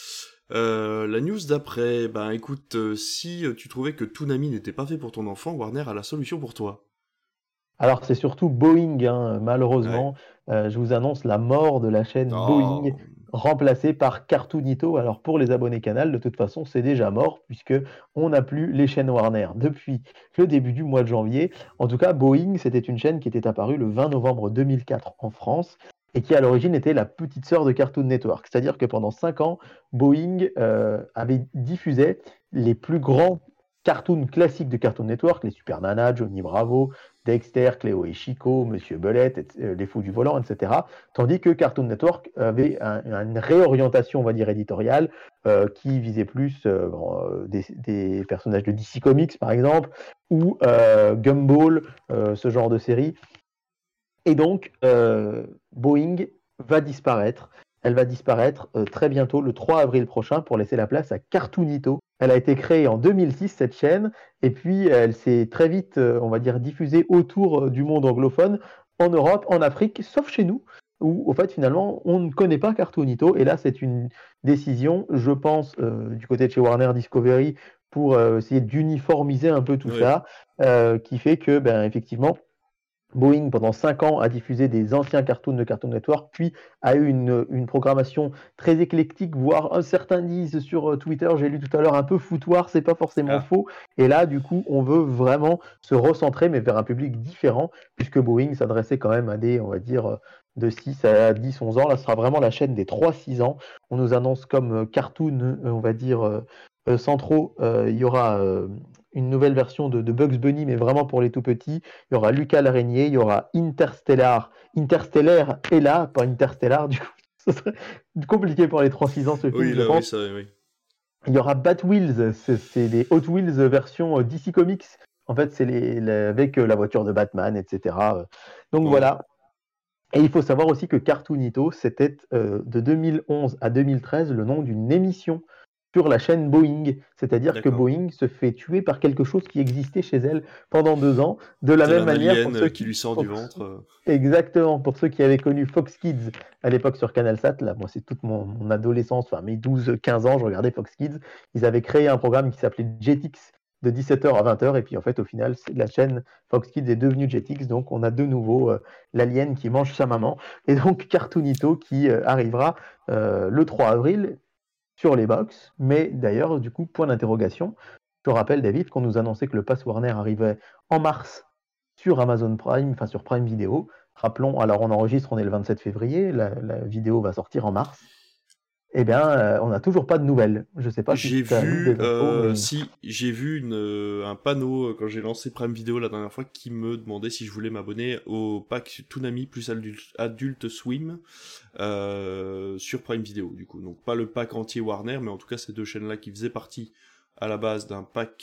Euh, la news d'après, ben écoute, euh, si euh, tu trouvais que Toonami n'était pas fait pour ton enfant, Warner a la solution pour toi. Alors, c'est surtout Boeing, hein, Ouais. malheureusement. Euh, je vous annonce la mort de la chaîne Boeing, Oh. remplacée par Cartoonito. Alors, pour les abonnés Canal, de toute façon, c'est déjà mort, puisque on n'a plus les chaînes Warner depuis le début du mois de janvier. En tout cas, Boeing, c'était une chaîne qui était apparue le vingt novembre deux mille quatre en France, et qui, à l'origine, était la petite sœur de Cartoon Network. C'est-à-dire que pendant cinq ans, Boeing euh, avait diffusé les plus grands cartoons classiques de Cartoon Network, les Super Nana, Johnny Bravo, Dexter, Cléo et Chico, Monsieur Belette, et, euh, Les Fous du Volant, et cetera. Tandis que Cartoon Network avait un, une réorientation, on va dire, éditoriale, euh, qui visait plus euh, bon, euh, des, des, personnages de D C Comics, par exemple, ou euh, Gumball, euh, ce genre de série. Et donc, euh, Boeing va disparaître. Elle va disparaître euh, très bientôt, le trois avril prochain, pour laisser la place à Cartoonito. Elle a été créée en deux mille six, cette chaîne, et puis elle s'est très vite, euh, on va dire, diffusée autour euh, du monde anglophone, en Europe, en Afrique, sauf chez nous, où, au fait, finalement, on ne connaît pas Cartoonito. Et là, c'est une décision, je pense, euh, du côté de chez Warner Discovery, pour euh, essayer d'uniformiser un peu tout Ouais. ça, euh, qui fait que, ben, effectivement, Boeing, pendant cinq ans, a diffusé des anciens cartoons de Cartoon Network, puis a eu une, une programmation très éclectique, voire certains disent sur Twitter, j'ai lu tout à l'heure, un peu foutoir, c'est pas forcément Ah. faux. Et là, du coup, on veut vraiment se recentrer, mais vers un public différent, puisque Boeing s'adressait quand même à des, on va dire, de six à dix, onze ans. Là, ce sera vraiment la chaîne des trois six ans. On nous annonce comme cartoon, on va dire, euh, centraux, euh, il y aura... Euh, une nouvelle version de, de Bugs Bunny, mais vraiment pour les tout petits. Il y aura Lucas l'araignée, il y aura Interstellar. Interstellaire est là, pas Interstellar, du coup, ce serait compliqué pour les trois six ans ce film, Oui, je là, pense. oui, ça, oui. Il y aura Batwheels, c'est, c'est les Hot Wheels version D C Comics. En fait, c'est les, les, avec la voiture de Batman, et cetera. Donc Ouais. voilà. Et il faut savoir aussi que Cartoonito, c'était euh, de deux mille onze à deux mille treize le nom d'une émission sur la chaîne Boeing, c'est-à-dire D'accord. que Boeing se fait tuer par quelque chose qui existait chez elle pendant deux ans, de la Tel même un manière alien pour ceux qui, qui lui sort pour... du ventre. Exactement, pour ceux qui avaient connu Fox Kids à l'époque sur CanalSat, là, moi c'est toute mon, mon adolescence, enfin mes douze quinze ans, je regardais Fox Kids, ils avaient créé un programme qui s'appelait Jetix de dix-sept heures à vingt heures, et puis en fait au final la chaîne Fox Kids est devenue Jetix, donc on a de nouveau euh, l'alien qui mange sa maman, et donc Cartoonito qui euh, arrivera euh, le trois avril sur les box, mais d'ailleurs, du coup, point d'interrogation. Je te rappelle, David, qu'on nous annonçait que le Pass Warner arrivait en mars sur Amazon Prime, enfin sur Prime Video. Rappelons, alors on enregistre, on est le vingt-sept février, la, la vidéo va sortir en mars. Eh bien, euh, on n'a toujours pas de nouvelles. Je ne sais pas J'ai si tu as eu vu, des infos. euh, Mais... si, j'ai vu une, euh, un panneau euh, quand j'ai lancé Prime Video la dernière fois qui me demandait si je voulais m'abonner au pack Toonami plus Adult, Adult Swim euh, sur Prime Video, du coup. Donc pas le pack entier Warner, mais en tout cas ces deux chaînes-là qui faisaient partie à la base d'un pack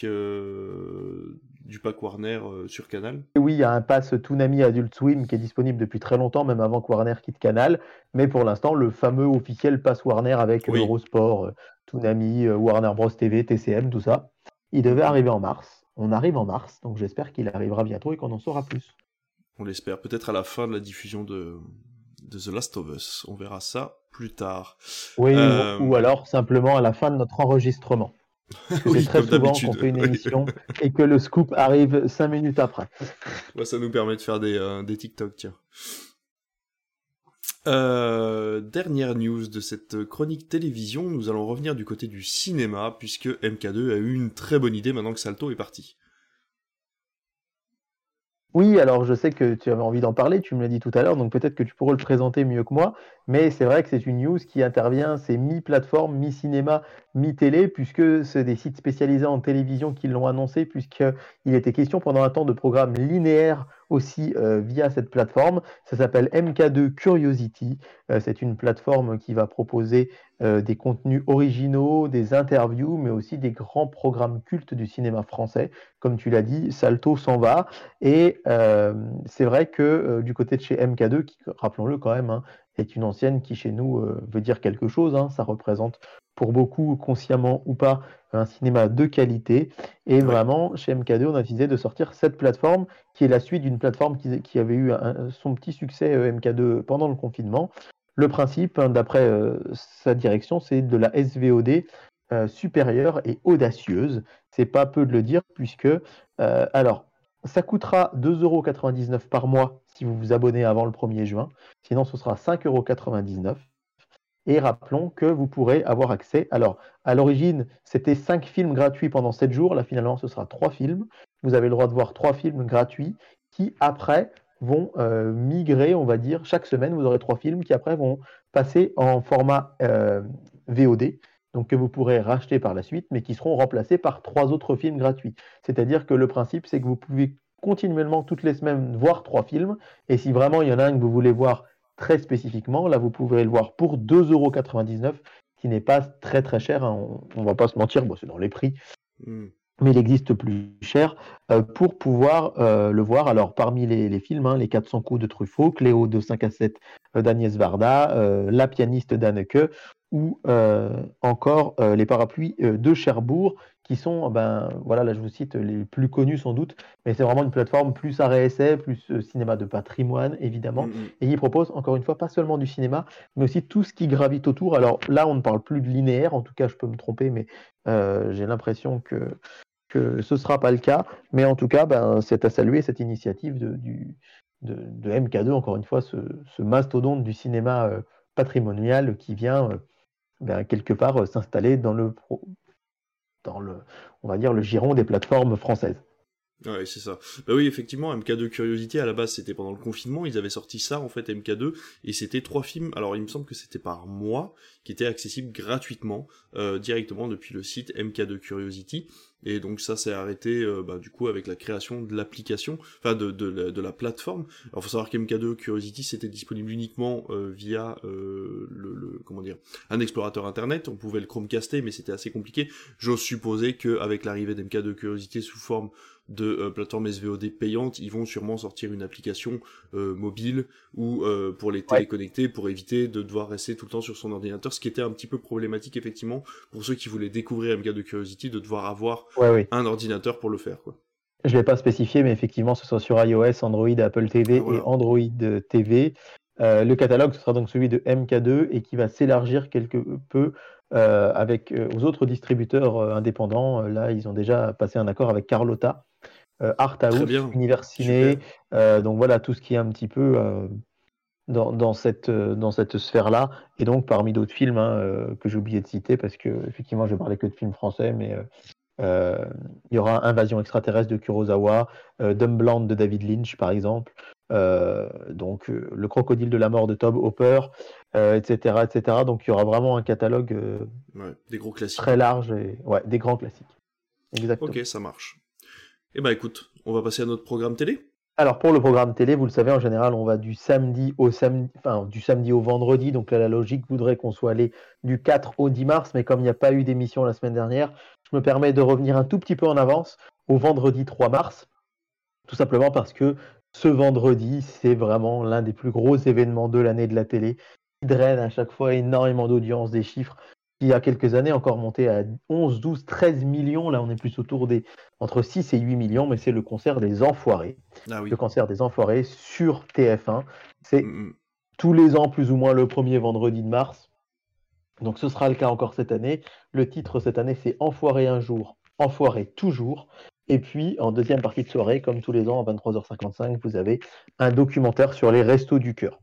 euh, du pack Warner euh, sur Canal. Oui, il y a un pass Toonami Adult Swim qui est disponible depuis très longtemps, même avant que Warner quitte Canal. Mais pour l'instant, le fameux officiel pass Warner avec Oui. Eurosport, euh, Toonami, euh, Warner Bros T V, T C M, tout ça, il devait Mm-hmm. arriver en mars. On arrive en mars, donc j'espère qu'il arrivera bientôt et qu'on en saura plus. On l'espère, peut-être à la fin de la diffusion de, de The Last of Us. On verra ça plus tard. Oui, euh... ou, ou alors simplement à la fin de notre enregistrement. Oui, c'est très comme souvent d'habitude. qu'on fait une Oui. émission et que le scoop arrive cinq minutes après. Ouais, ça nous permet de faire des, euh, des TikTok, tiens. Euh, dernière news de cette chronique télévision, nous allons revenir du côté du cinéma, puisque M K deux a eu une très bonne idée maintenant que Salto est parti. Oui, alors je sais que tu avais envie d'en parler, tu me l'as dit tout à l'heure, donc peut-être que tu pourrais le présenter mieux que moi, mais c'est vrai que c'est une news qui intervient, c'est mi-plateforme, mi-cinéma, mi-télé, puisque c'est des sites spécialisés en télévision qui l'ont annoncé, puisqu'il était question pendant un temps de programmes linéaires aussi euh, via cette plateforme. Ça s'appelle M K deux Curiosity, euh, c'est une plateforme qui va proposer euh, des contenus originaux, des interviews, mais aussi des grands programmes cultes du cinéma français. Comme tu l'as dit, Salto s'en va, et euh, c'est vrai que euh, du côté de chez M K deux, qui, rappelons-le quand même, hein, est une ancienne qui chez nous euh, veut dire quelque chose, hein, ça représente pour beaucoup, consciemment ou pas, un cinéma de qualité, et Ouais. Vraiment, chez M K deux, on a décidé de sortir cette plateforme, qui est la suite d'une plateforme qui, qui avait eu un, son petit succès euh, M K deux pendant le confinement. Le principe, hein, d'après euh, sa direction, c'est de la S V O D euh, supérieure et audacieuse. C'est pas peu de le dire, puisque, euh, alors, ça coûtera deux euros quatre-vingt-dix-neuf par mois si vous vous abonnez avant le premier juin. Sinon, ce sera cinq euros quatre-vingt-dix-neuf. Et rappelons que vous pourrez avoir accès. Alors, à l'origine, c'était cinq films gratuits pendant sept jours. Là, finalement, ce sera trois films. Vous avez le droit de voir trois films gratuits qui, après, vont euh, migrer, on va dire. Chaque semaine, vous aurez trois films qui, après, vont passer en format euh, V O D. Donc, que vous pourrez racheter par la suite, mais qui seront remplacés par trois autres films gratuits. C'est-à-dire que le principe, c'est que vous pouvez continuellement, toutes les semaines, voir trois films. Et si vraiment il y en a un que vous voulez voir très spécifiquement, là vous pouvez le voir pour deux euros quatre-vingt-dix-neuf, qui n'est pas très très cher, hein. on ne va pas se mentir, bon, c'est dans les prix, mm. mais il existe plus cher, euh, pour pouvoir euh, le voir. Alors parmi les, les films, hein, les quatre cents coups de Truffaut, Cléo de cinq à sept euh, d'Agnès Varda, euh, La pianiste d'Anneke, ou euh, encore euh, Les parapluies euh, de Cherbourg, qui sont, ben voilà, là je vous cite les plus connus sans doute, mais c'est vraiment une plateforme plus arrêt essai, plus euh, cinéma de patrimoine évidemment, mm-hmm. et il propose encore une fois pas seulement du cinéma, mais aussi tout ce qui gravite autour. Alors là on ne parle plus de linéaire, en tout cas je peux me tromper, mais euh, j'ai l'impression que que ce ne sera pas le cas, mais en tout cas, ben, c'est à saluer cette initiative de, du, de, de M K deux, encore une fois, ce, ce mastodonte du cinéma euh, patrimonial qui vient euh, ben, quelque part euh, s'installer dans le, pro- dans le, on va dire, le giron des plateformes françaises. Ouais, c'est ça. Bah oui, effectivement, M K deux Curiosity, à la base, c'était pendant le confinement, ils avaient sorti ça, en fait, M K deux, et c'était trois films, alors il me semble que c'était par mois, qui étaient accessibles gratuitement, euh, directement depuis le site M K deux Curiosity, et donc ça s'est arrêté, euh, bah, du coup, avec la création de l'application, enfin, de, de, la, de la plateforme. Alors, faut savoir qu'M K deux Curiosity, c'était disponible uniquement euh, via, euh, le, le, comment dire, un explorateur internet, on pouvait le Chromecaster, mais c'était assez compliqué. J'ose supposer qu'avec l'arrivée d'M K deux Curiosity sous forme de euh, plateforme S V O D payante, ils vont sûrement sortir une application euh, mobile ou euh, pour les Ouais. téléconnecter, pour éviter de devoir rester tout le temps sur son ordinateur, ce qui était un petit peu problématique effectivement pour ceux qui voulaient découvrir M K deux Curiosity, de devoir avoir Ouais, oui. un ordinateur pour le faire, quoi. Je ne l'ai pas spécifié, mais effectivement, ce soit sur iOS, Android, Apple T V Ah, et voilà. Android T V. Euh, le catalogue, ce sera donc celui de M K deux et qui va s'élargir quelque peu euh, avec euh, aux autres distributeurs euh, indépendants. Euh, là, ils ont déjà passé un accord avec Carlotta, euh, Art Très House, bien, Univers Ciné. super. Euh, donc voilà, tout ce qui est un petit peu euh, dans, dans cette, euh, dans cette sphère-là. Et donc, parmi d'autres films hein, euh, que j'ai oublié de citer, parce que effectivement, je parlais que de films français, mais euh, euh, il y aura Invasion extraterrestre de Kurosawa, euh, Dumbland de David Lynch, par exemple. Euh, donc, euh, Le crocodile de la mort de Tobe Hooper, euh, et cetera, et cetera. Donc, il y aura vraiment un catalogue euh, Ouais, des gros classiques, très quoi. large et ouais, des grands classiques. Exactement. Ok, ça marche. Eh ben écoute, on va passer à notre programme télé. Alors pour le programme télé, vous le savez, en général, on va du samedi au samedi, enfin du samedi au vendredi. Donc là, la logique voudrait qu'on soit allé du quatre au dix mars, mais comme il n'y a pas eu d'émission la semaine dernière, je me permets de revenir un tout petit peu en avance au vendredi trois mars, tout simplement parce que ce vendredi, c'est vraiment l'un des plus gros événements de l'année de la télé, qui draine à chaque fois énormément d'audience, des chiffres qui, il y a quelques années, encore monté à onze, douze, treize millions. Là, on est plus autour des entre six et huit millions, mais c'est le concert des Enfoirés. Ah Le oui. concert des Enfoirés sur T F un. C'est Mm, mm. tous les ans, plus ou moins, le premier vendredi de mars. Donc ce sera le cas encore cette année. Le titre cette année, c'est Enfoiré un jour, Enfoiré toujours. Et puis, en deuxième partie de soirée, comme tous les ans, à vingt-trois heures cinquante-cinq, vous avez un documentaire sur les Restos du Cœur.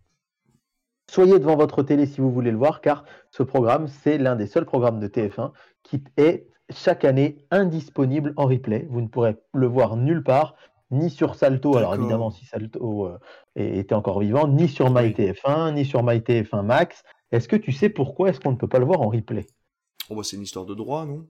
Soyez devant votre télé si vous voulez le voir, car ce programme, c'est l'un des seuls programmes de T F un qui est chaque année indisponible en replay. Vous ne pourrez le voir nulle part, ni sur Salto, alors évidemment D'accord. si Salto euh, était encore vivant, ni sur Oui. MyTF un, ni sur MyTF un Max. Est-ce que tu sais pourquoi est-ce qu'on ne peut pas le voir en replay? Oh bah c'est une histoire de droit, non?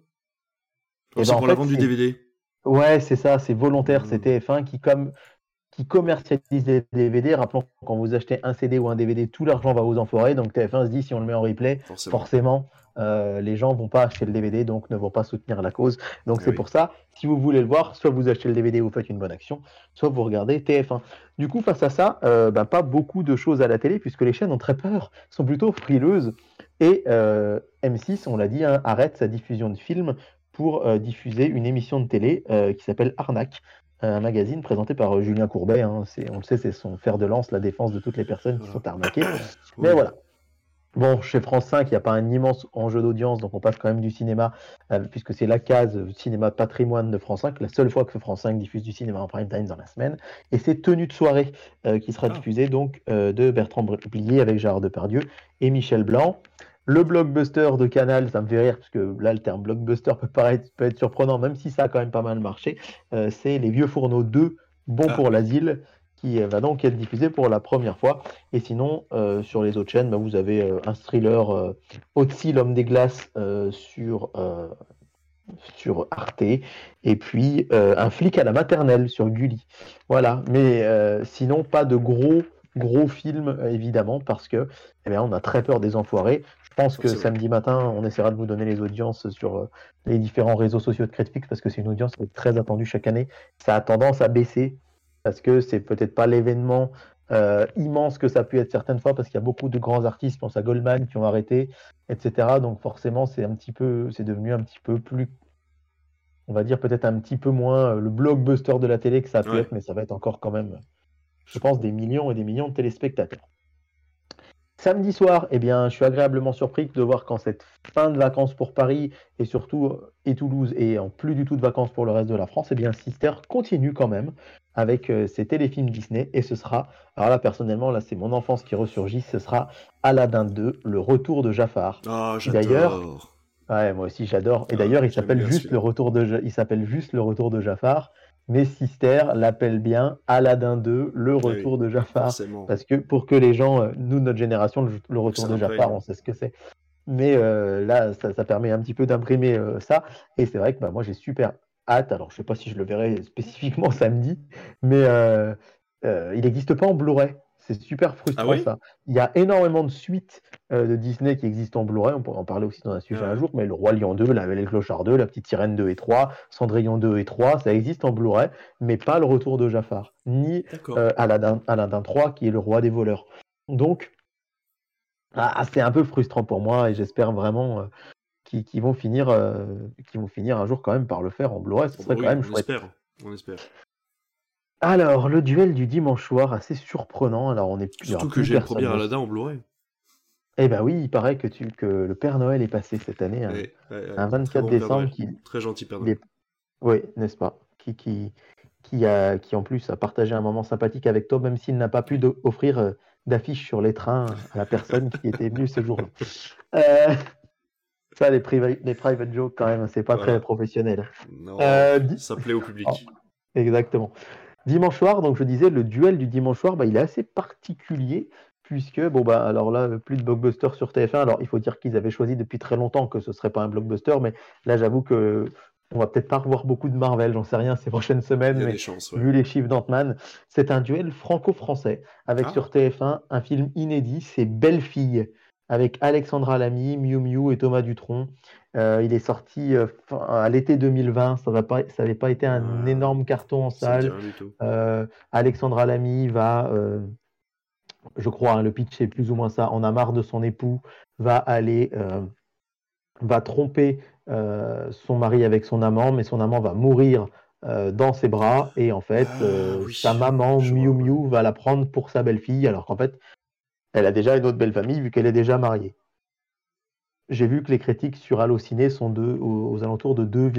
Oh, Eh ben c'est en pour la fait, vente du c'est D V D. ouais, c'est ça, c'est volontaire, c'est Hmm, T F un qui comme qui commercialise des D V D. Rappelons que quand vous achetez un C D ou un D V D, tout l'argent va aux enfoirés. Donc T F un se dit si on le met en replay, forcément. forcément, euh, les gens vont pas acheter le D V D, donc ne vont pas soutenir la cause. Donc Ah c'est oui. pour ça, si vous voulez le voir, soit vous achetez le D V D, vous faites une bonne action, soit vous regardez T F un. Du coup, face à ça, euh, bah, pas beaucoup de choses à la télé, puisque les chaînes ont très peur, sont plutôt frileuses. Et euh, M six, on l'a dit, hein, arrête sa diffusion de films pour euh, diffuser une émission de télé euh, qui s'appelle Arnaque, un magazine présenté par euh, Julien Courbet. Hein. C'est, on le sait, c'est son fer de lance, la défense de toutes les personnes qui Voilà. sont arnaquées. Mais Oui. voilà. Bon, chez France cinq, il n'y a pas un immense enjeu d'audience, donc on passe quand même du cinéma, euh, puisque c'est la case euh, cinéma patrimoine de France cinq, la seule fois que France cinq diffuse du cinéma en prime time dans la semaine. Et c'est Tenue de soirée euh, qui sera Ah. diffusée donc euh, de Bertrand Blier avec Gérard Depardieu et Michel Blanc. Le blockbuster de Canal, ça me fait rire, parce que là, le terme blockbuster peut, paraître, peut être surprenant, même si ça a quand même pas mal marché. Euh, c'est Les Vieux Fourneaux deux, Bon Ah pour oui. l'asile, qui euh, va donc être diffusé pour la première fois. Et sinon, euh, sur les autres chaînes, bah, vous avez euh, un thriller euh, Otzi, l'homme des glaces euh, sur, euh, sur Arte, et puis euh, un flic à la maternelle sur Gulli. Voilà, mais euh, sinon, pas de gros, gros films, euh, évidemment, parce que eh bien, on a très peur des enfoirés. Je pense que Forcément. samedi matin, on essaiera de vous donner les audiences sur euh, les différents réseaux sociaux de Critique, parce que c'est une audience qui est très attendue chaque année. Ça a tendance à baisser, parce que c'est peut-être pas l'événement euh, immense que ça a pu être certaines fois, parce qu'il y a beaucoup de grands artistes, je pense à Goldman, qui ont arrêté, et cetera. Donc forcément, c'est un petit peu, c'est devenu un petit peu plus, on va dire peut-être un petit peu moins euh, le blockbuster de la télé que ça a pu Ouais. être, mais ça va être encore quand même, je Je pense, comprends. des millions et des millions de téléspectateurs. Samedi soir, eh bien, je suis agréablement surpris de voir qu'en cette fin de vacances pour Paris et surtout euh, et Toulouse et en plus du tout de vacances pour le reste de la France, eh bien, Sister continue quand même avec euh, ses téléfilms Disney et ce sera, alors là personnellement, là c'est mon enfance qui ressurgit, ce sera Aladdin deux, le retour de Jafar. Ah, Qui d'ailleurs, j'adore. ouais, moi aussi j'adore. Et Ah, d'ailleurs, il j'aime s'appelle bien juste celui-là. le retour de, Ja- il s'appelle juste le retour de Jafar. Mais Sister l'appelle bien Aladdin deux, le Ah oui, retour de Jafar. forcément. Parce que pour que les gens, euh, nous, notre génération, le, le Pour que retour ça de imprègne. Jafar, on sait ce que c'est. Mais euh, là, ça, ça permet un petit peu d'imprimer euh, ça. Et c'est vrai que bah, moi, j'ai super hâte. Alors, je sais pas si je le verrai spécifiquement samedi, mais euh, euh, il n'existe pas en Blu-ray. C'est super Ah frustrant oui? ça. Il y a énormément de suites euh, de Disney qui existent en Blu-ray. On pourrait en parler aussi dans un sujet Ah un ouais. jour. Mais Le Roi Lion deux, La Belle et le Clochard deux, La Petite Sirène deux et trois, Cendrillon deux et trois, ça existe en Blu-ray, mais pas le retour de Jafar, ni D'accord. euh, Aladdin, Aladdin trois, qui est le roi des voleurs. Donc, ah, c'est un peu frustrant pour moi et j'espère vraiment euh, qu'ils qu'ils vont finir, euh, qu'ils vont finir un jour quand même par le faire en Blu-ray. Ce Oh bah serait quand oui, même on chouette. espère. On espère. Alors, le duel du dimanche soir, assez surprenant. Alors, on est, il n'y aura Surtout que plus j'ai le premier personne Aladdin dessus. en Blu-ray. Eh ben oui, il paraît que, tu, que le Père Noël est passé cette année, un, Ouais, ouais, ouais. un Très vingt-quatre bon Père décembre, Noël. qui, Très gentil Père il Noël. est, oui, n'est-ce pas, qui, qui, qui, a, qui en plus a partagé un moment sympathique avec toi, même s'il n'a pas pu Oui. de- offrir euh, d'affiches sur les trains à la personne qui était venue ce jour-là. Euh, ça, les, priva- les private jokes, quand même, c'est pas très Voilà. professionnel. Non, Euh, di- ça plaît au oh, public. exactement. Dimanche soir, donc je disais, le duel du dimanche soir, bah, il est assez particulier, puisque, bon, bah, alors là, plus de blockbuster sur T F un. Alors, il faut dire qu'ils avaient choisi depuis très longtemps que ce serait pas un blockbuster, mais là, j'avoue que on va peut-être pas revoir beaucoup de Marvel, j'en sais rien ces prochaines Il semaines, y a mais des chances, ouais. vu les chiffres d'Ant-Man, c'est un duel franco-français, avec Ah, sur T F un un film inédit, c'est Belle Fille, avec Alexandra Lamy, Miu Miu et Thomas Dutronc. Euh, il est sorti euh, fin- à l'été deux mille vingt, ça n'avait pas été un euh, énorme carton en ça me dit salle. rien du tout. Euh, Alexandra Lamy va, euh, je crois, hein, le pitch c'est plus ou moins ça, en a marre de son époux, va aller, euh, va tromper euh, son mari avec son amant, mais son amant va mourir euh, dans ses bras et en fait, Ah euh, sa oui, maman je Miu vois, ouais. Miu va la prendre pour sa belle-fille, alors qu'en fait, elle a déjà une autre belle famille vu qu'elle est déjà mariée. J'ai vu que les critiques sur Allociné sont de, aux, aux alentours de deux,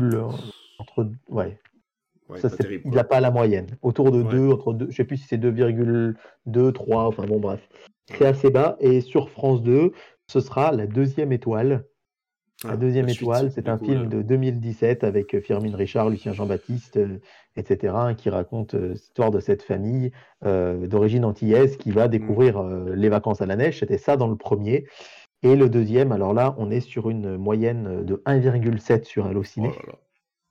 entre ouais, Ouais, ça, pas c'est, terrible, il n'a quoi. pas la moyenne. Autour de Ouais, deux, entre deux, je sais plus si c'est deux virgule deux, trois, enfin bon, bref. C'est ouais. assez bas. Et sur France deux, ce sera La Deuxième Étoile. La Ah, la Deuxième suite, Étoile, c'est du un coup, là. film de deux mille dix-sept avec euh, Firmin Richard, Lucien Jean-Baptiste, euh, et cetera, hein, qui raconte euh, l'histoire de cette famille euh, d'origine antillaise qui va Hmm. découvrir euh, les vacances à la neige. C'était ça dans le premier. Et le deuxième, alors là, on est sur une moyenne de un virgule sept sur Oh Allociné. là là.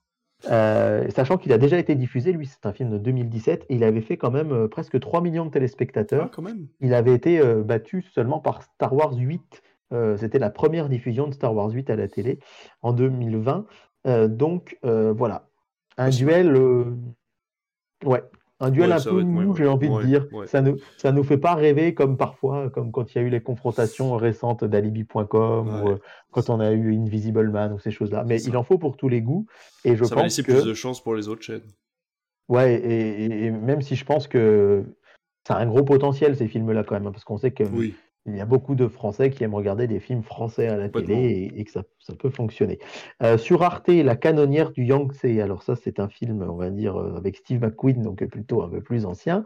Euh, sachant qu'il a déjà été diffusé, lui, c'est un film de deux mille dix-sept, et il avait fait quand même euh, presque trois millions de Ah, téléspectateurs. quand même. Il avait été euh, battu seulement par Star Wars huit. Euh, c'était la première diffusion de Star Wars huit à la télé en deux mille vingt. Euh, donc euh, voilà, Ah, un c'est pas... duel, euh, ouais, un duel Ouais, un ça peu va être moyen, mou, ouais. j'ai envie de Ouais, dire. ouais. Ça ne ça nous fait pas rêver comme parfois, comme quand il y a eu les confrontations récentes d'Alibi point com ou Ouais. euh, quand on a eu Invisible Man ou ces choses-là. C'est Mais il ça. en faut pour tous les goûts, et je Ça va pense laisser plus de que chance pour les autres chaînes. ouais, et, et- et même si je pense que ça a un gros potentiel ces films-là quand même, hein, parce qu'on sait qu'il Oui, y a beaucoup de Français qui aiment regarder des films français à la télé complètement. et, et que ça, ça peut fonctionner. Euh, sur Arte, La canonnière du Yangtze, alors ça c'est un film, on va dire, euh, avec Steve McQueen, donc euh, plutôt un peu plus ancien.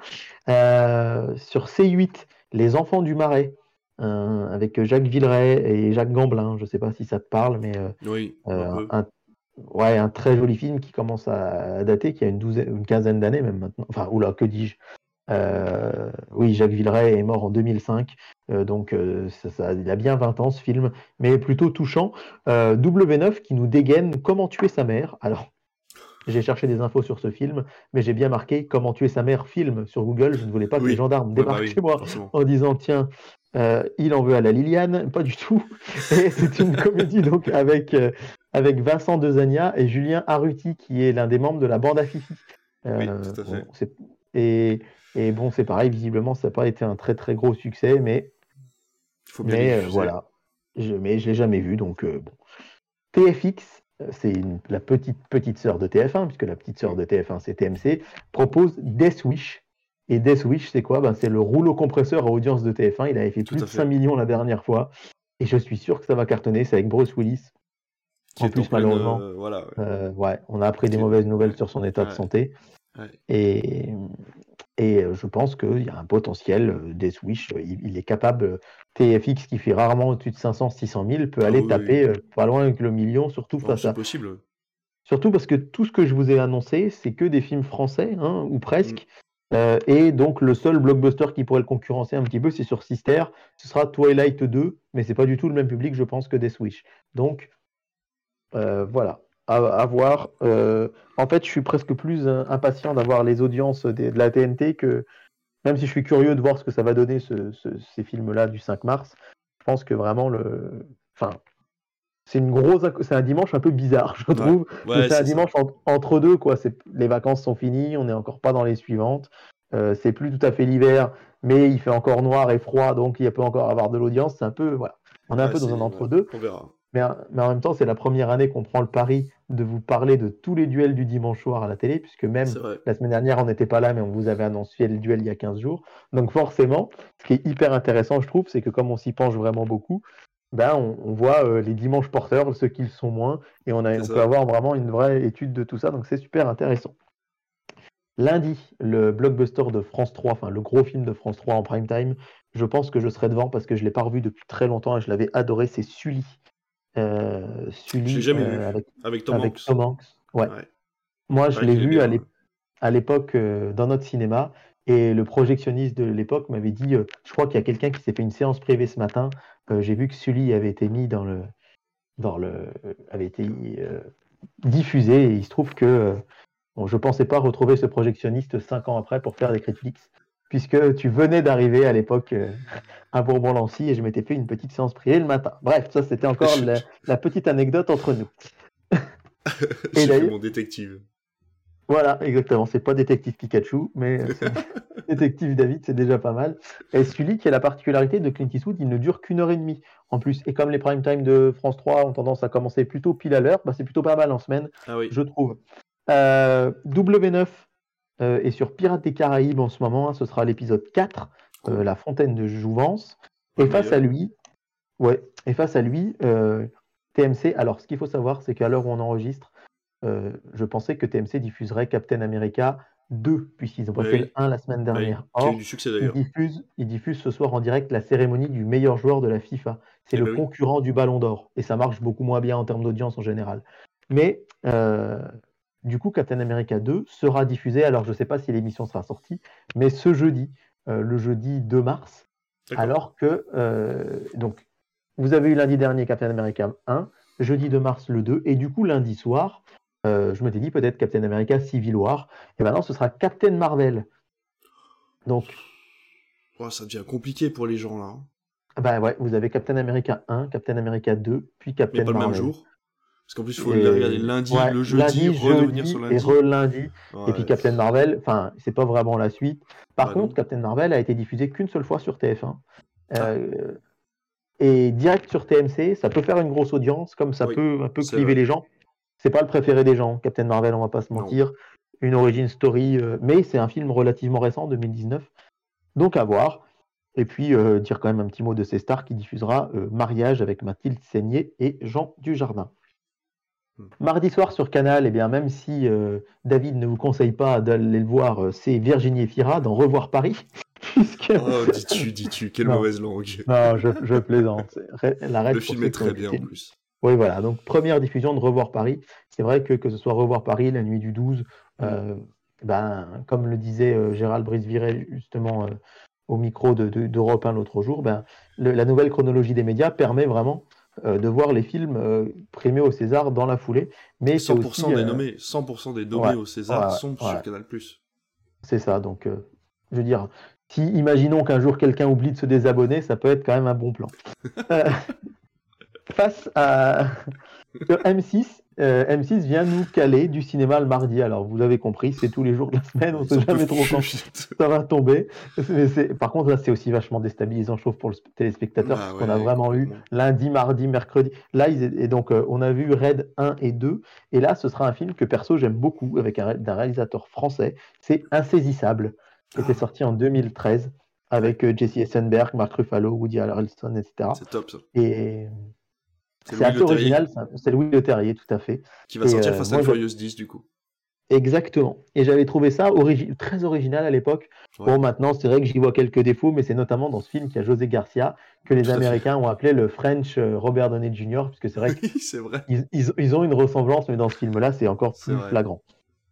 Euh, sur C huit, Les Enfants du Marais, euh, avec Jacques Villeray et Jacques Gamblin, je ne sais pas si ça te parle, mais euh, Oui, un euh, peu. un, ouais, un très joli film qui commence à, à dater, qui a une douzaine, une quinzaine d'années même maintenant. Enfin, oula, que dis-je? Euh, oui, Jacques Villeray est mort en deux mille cinq, euh, donc euh, ça, ça- il a bien vingt ans ce film, mais plutôt touchant. Euh, W neuf qui nous dégaine Comment tuer sa mère. Alors, j'ai cherché des infos sur ce film, mais j'ai bien marqué Comment tuer sa mère film sur Google. Je ne voulais pas que les Oui, gendarmes ouais, bah débarquent oui, chez moi forcément. en disant tiens, euh, il en veut à la Liliane. Pas du tout. Et c'est une comédie donc avec, euh, avec Vincent Dezania et Julien Arruti, qui est l'un des membres de la bande à Fifi. Oui, Euh, tout à bon, fait. c'est- et, et bon, c'est pareil, visiblement, ça n'a pas été un très très gros succès, mais, Il faut bien les mais euh, diffuser. voilà. Je, mais je ne l'ai jamais vu, donc euh, bon. T F X, euh, c'est une- la petite petite sœur de T F un, puisque la petite sœur Mm. de T F un, c'est T M C, propose Death Wish. Et Death Wish, c'est quoi? Ben, c'est le rouleau compresseur à audience de T F un. Il avait fait Tout plus à de fait. cinq millions la dernière fois. Et je suis sûr que ça va cartonner. C'est avec Bruce Willis. Qui En est en plus, pleine, malheureusement, euh, voilà, ouais. euh, ouais, on a appris des Qui est- mauvaises nouvelles ouais, sur son état de ouais, santé. ouais. Et, et euh, je pense qu'il y a un potentiel. euh, Death Wish, euh, il, il est capable. euh, T F X, qui fait rarement au-dessus de cinq cents six cent mille, peut Ah aller oui, oui. taper euh, pas loin avec le million, surtout Oh, face c'est à. possible. Surtout parce que tout ce que je vous ai annoncé, c'est que des films français, hein, ou Mm. presque. Euh, et donc, le seul blockbuster qui pourrait le concurrencer un petit peu, c'est sur Sister. Ce sera Twilight deux, mais c'est pas du tout le même public, je pense, que Death Wish. Donc, euh, voilà, à, à voir. Euh, en fait, je suis presque plus euh, impatient d'avoir les audiences des- de la T N T que, même si je suis curieux de voir ce que ça va donner, ce- ce- ces films-là du cinq mars. Je pense que vraiment, le. Enfin, c'est une grosse, inc- c'est un dimanche un peu bizarre, je Ouais, trouve. Mais ouais, c'est un c'est ça. dimanche en- entre deux, quoi. C'est, les vacances sont finies, on n'est encore pas dans les suivantes. Euh, c'est plus tout à fait l'hiver, mais il fait encore noir et froid, donc il peut encore avoir de l'audience. C'est un peu, voilà. On est un Ouais, peu dans un c'est, ouais, entre-deux. on verra. Mais, mais en même temps, c'est la première année qu'on prend le pari de vous parler de tous les duels du dimanche soir à la télé, puisque même C'est vrai. la semaine dernière, on n'était pas là, mais on vous avait annoncé le duel il y a quinze jours. Donc forcément, ce qui est hyper intéressant, je trouve, c'est que comme on s'y penche vraiment beaucoup, ben, on, on voit euh, les dimanches porteurs, ceux qui le sont moins, et on, a, C'est on peut ça. avoir vraiment une vraie étude de tout ça, donc c'est super intéressant. Lundi, le blockbuster de France trois, enfin le gros film de France trois en prime time, je pense que je serai devant parce que je ne l'ai pas revu depuis très longtemps et je l'avais adoré, c'est Sully. Euh, Je l'ai Sully jamais euh, vu. avec, Avec Tom avec Hanks. Tom Hanks. Ouais. Ouais. Moi, je Pareil l'ai qu'il est vu bien. à Ouais. l'ép- à l'époque euh, dans notre cinéma et le projectionniste de l'époque m'avait dit, euh, je crois qu'il y a quelqu'un qui s'est fait une séance privée ce matin. Euh, j'ai vu que Sully avait été mis dans le, dans le, avait été euh, diffusé et il se trouve que euh, bon, je ne pensais pas retrouver ce projectionniste cinq ans après pour faire des critiques, puisque tu venais d'arriver à l'époque euh, à Bourbon-Lancy et je m'étais fait une petite séance privée le matin. Bref, ça c'était encore la, la petite anecdote entre nous. Et J'ai fait d'ailleurs, mon détective. voilà, exactement, c'est pas détective Pikachu, mais c'est détective David, c'est déjà pas mal. Et celui qui a la particularité de Clint Eastwood, il ne dure qu'une heure et demie en plus. Et comme les prime time de France trois ont tendance à commencer plutôt pile à l'heure, bah, c'est plutôt pas mal en semaine, Ah oui. je trouve. Euh, W neuf euh, est sur Pirates des Caraïbes en ce moment, hein, ce sera l'épisode quatre, Cool. euh, La Fontaine de Jouvence. Pas Et le face à meilleur. lui, ouais, et face à lui, euh, T M C. Alors, ce qu'il faut savoir, c'est qu'à l'heure où on enregistre, euh, je pensais que T M C diffuserait Captain America deux, puisqu'ils ont pas Bah fait le oui. un la semaine Bah oui. dernière. Qui a eu du Or, succès ils d'ailleurs. diffusent, ils diffusent ce soir en direct la cérémonie du meilleur joueur de la FIFA. C'est Eh le bah oui. concurrent du Ballon d'Or. Et ça marche beaucoup moins bien en termes d'audience en général. Mais euh, du coup, Captain America deux sera diffusé. Alors, je ne sais pas si l'émission sera sortie, mais ce jeudi, euh, le jeudi deux mars, D'accord. alors que euh, donc vous avez eu lundi dernier Captain America un, jeudi deux mars le deux, et du coup lundi soir, euh, je m'étais dit peut-être Captain America Civil War, et maintenant ce sera Captain Marvel. Donc, Oh, ça devient compliqué pour les gens là. Hein. bah ouais, vous avez Captain America un, Captain America deux, puis Mais Captain pas le même Marvel. jour. Parce qu'en plus, il faut les regarder Et lundi, ouais, le jeudi, lundi, redevenir sur jeudi et lundi. re-lundi. Et puis Ouais. Captain Marvel, enfin, c'est pas vraiment la suite. Par Bah contre, non. Captain Marvel a été diffusé qu'une seule fois sur T F un. Ah, Euh, et direct sur T M C, ça peut faire une grosse audience, comme ça oui. peut un peu C'est cliver vrai. les gens. C'est pas le préféré des gens, Captain Marvel, on va pas se Non. mentir. Une origin story, euh, mais c'est un film relativement récent, deux mille dix-neuf. Donc à voir. Et puis euh, dire quand même un petit mot de ces stars qui diffusera euh, Mariage avec Mathilde Seigné et Jean Dujardin. Hmm. Mardi soir sur Canal, eh bien, même si euh, David ne vous conseille pas d'aller le voir, euh, c'est Virginie Efira dans Revoir Paris. Puisque... Oh, dis-tu, dis-tu, quelle non, mauvaise langue. non, je, je plaisante. La règle Le pour film ceux est qui ont très bien écouté. en plus. Oui, voilà. Donc, première diffusion de Revoir Paris. C'est vrai que que ce soit Revoir Paris, la nuit du douze, Mm. euh, ben, comme le disait euh, Gérald Brice-Viret justement euh, au micro de, de, d'Europe un l'autre jour, ben, le, la nouvelle chronologie des médias permet vraiment euh, de voir les films euh, primés au César dans la foulée. Mais c'est cent pour cent aussi... des euh, nommés, cent pour cent des nommés ouais, au ouais, César sont ouais, sur Canal plus. c'est ça. Donc, euh, je veux dire, si imaginons qu'un jour quelqu'un oublie de se désabonner, ça peut être quand même un bon plan. Euh, face à M six, euh, M six vient nous caler du cinéma le mardi. Alors, vous avez compris, c'est tous les jours de la semaine, on ne Ils sait en jamais peuvent trop quand plus. ça va tomber. Mais c'est... Par contre, là, c'est aussi vachement déstabilisant, je trouve, pour le téléspectateur, Bah parce qu'on a ouais, vraiment eu complètement. lundi, mardi, mercredi. Là, ils... et donc, euh, on a vu Raid un et deux. Et là, ce sera un film que, perso, j'aime beaucoup, avec un, d'un réalisateur français. C'est Insaisissable. qui était Ah, sorti en deux mille treize ouais, avec euh, Jesse Eisenberg, Mark Ruffalo, Woody Harrelson, et cetera. c'est top ça. Et C'est c'est Louis assez Leterrier original, ça. C'est Louis Leterrier, tout à fait. qui va Et sortir euh, Fast and moi, Furious dix du coup. exactement. Et j'avais trouvé ça origi- très original à l'époque. Ouais, Bon, maintenant, c'est vrai que j'y vois quelques défauts, mais c'est notamment dans ce film qu'il y a José Garcia, que les tout à fait. Américains ont appelé le French euh, Robert Downey junior, puisque c'est vrai Oui, c'est vrai. qu'ils ils- ils ont une ressemblance, mais dans ce film-là, c'est encore C'est plus vrai. flagrant.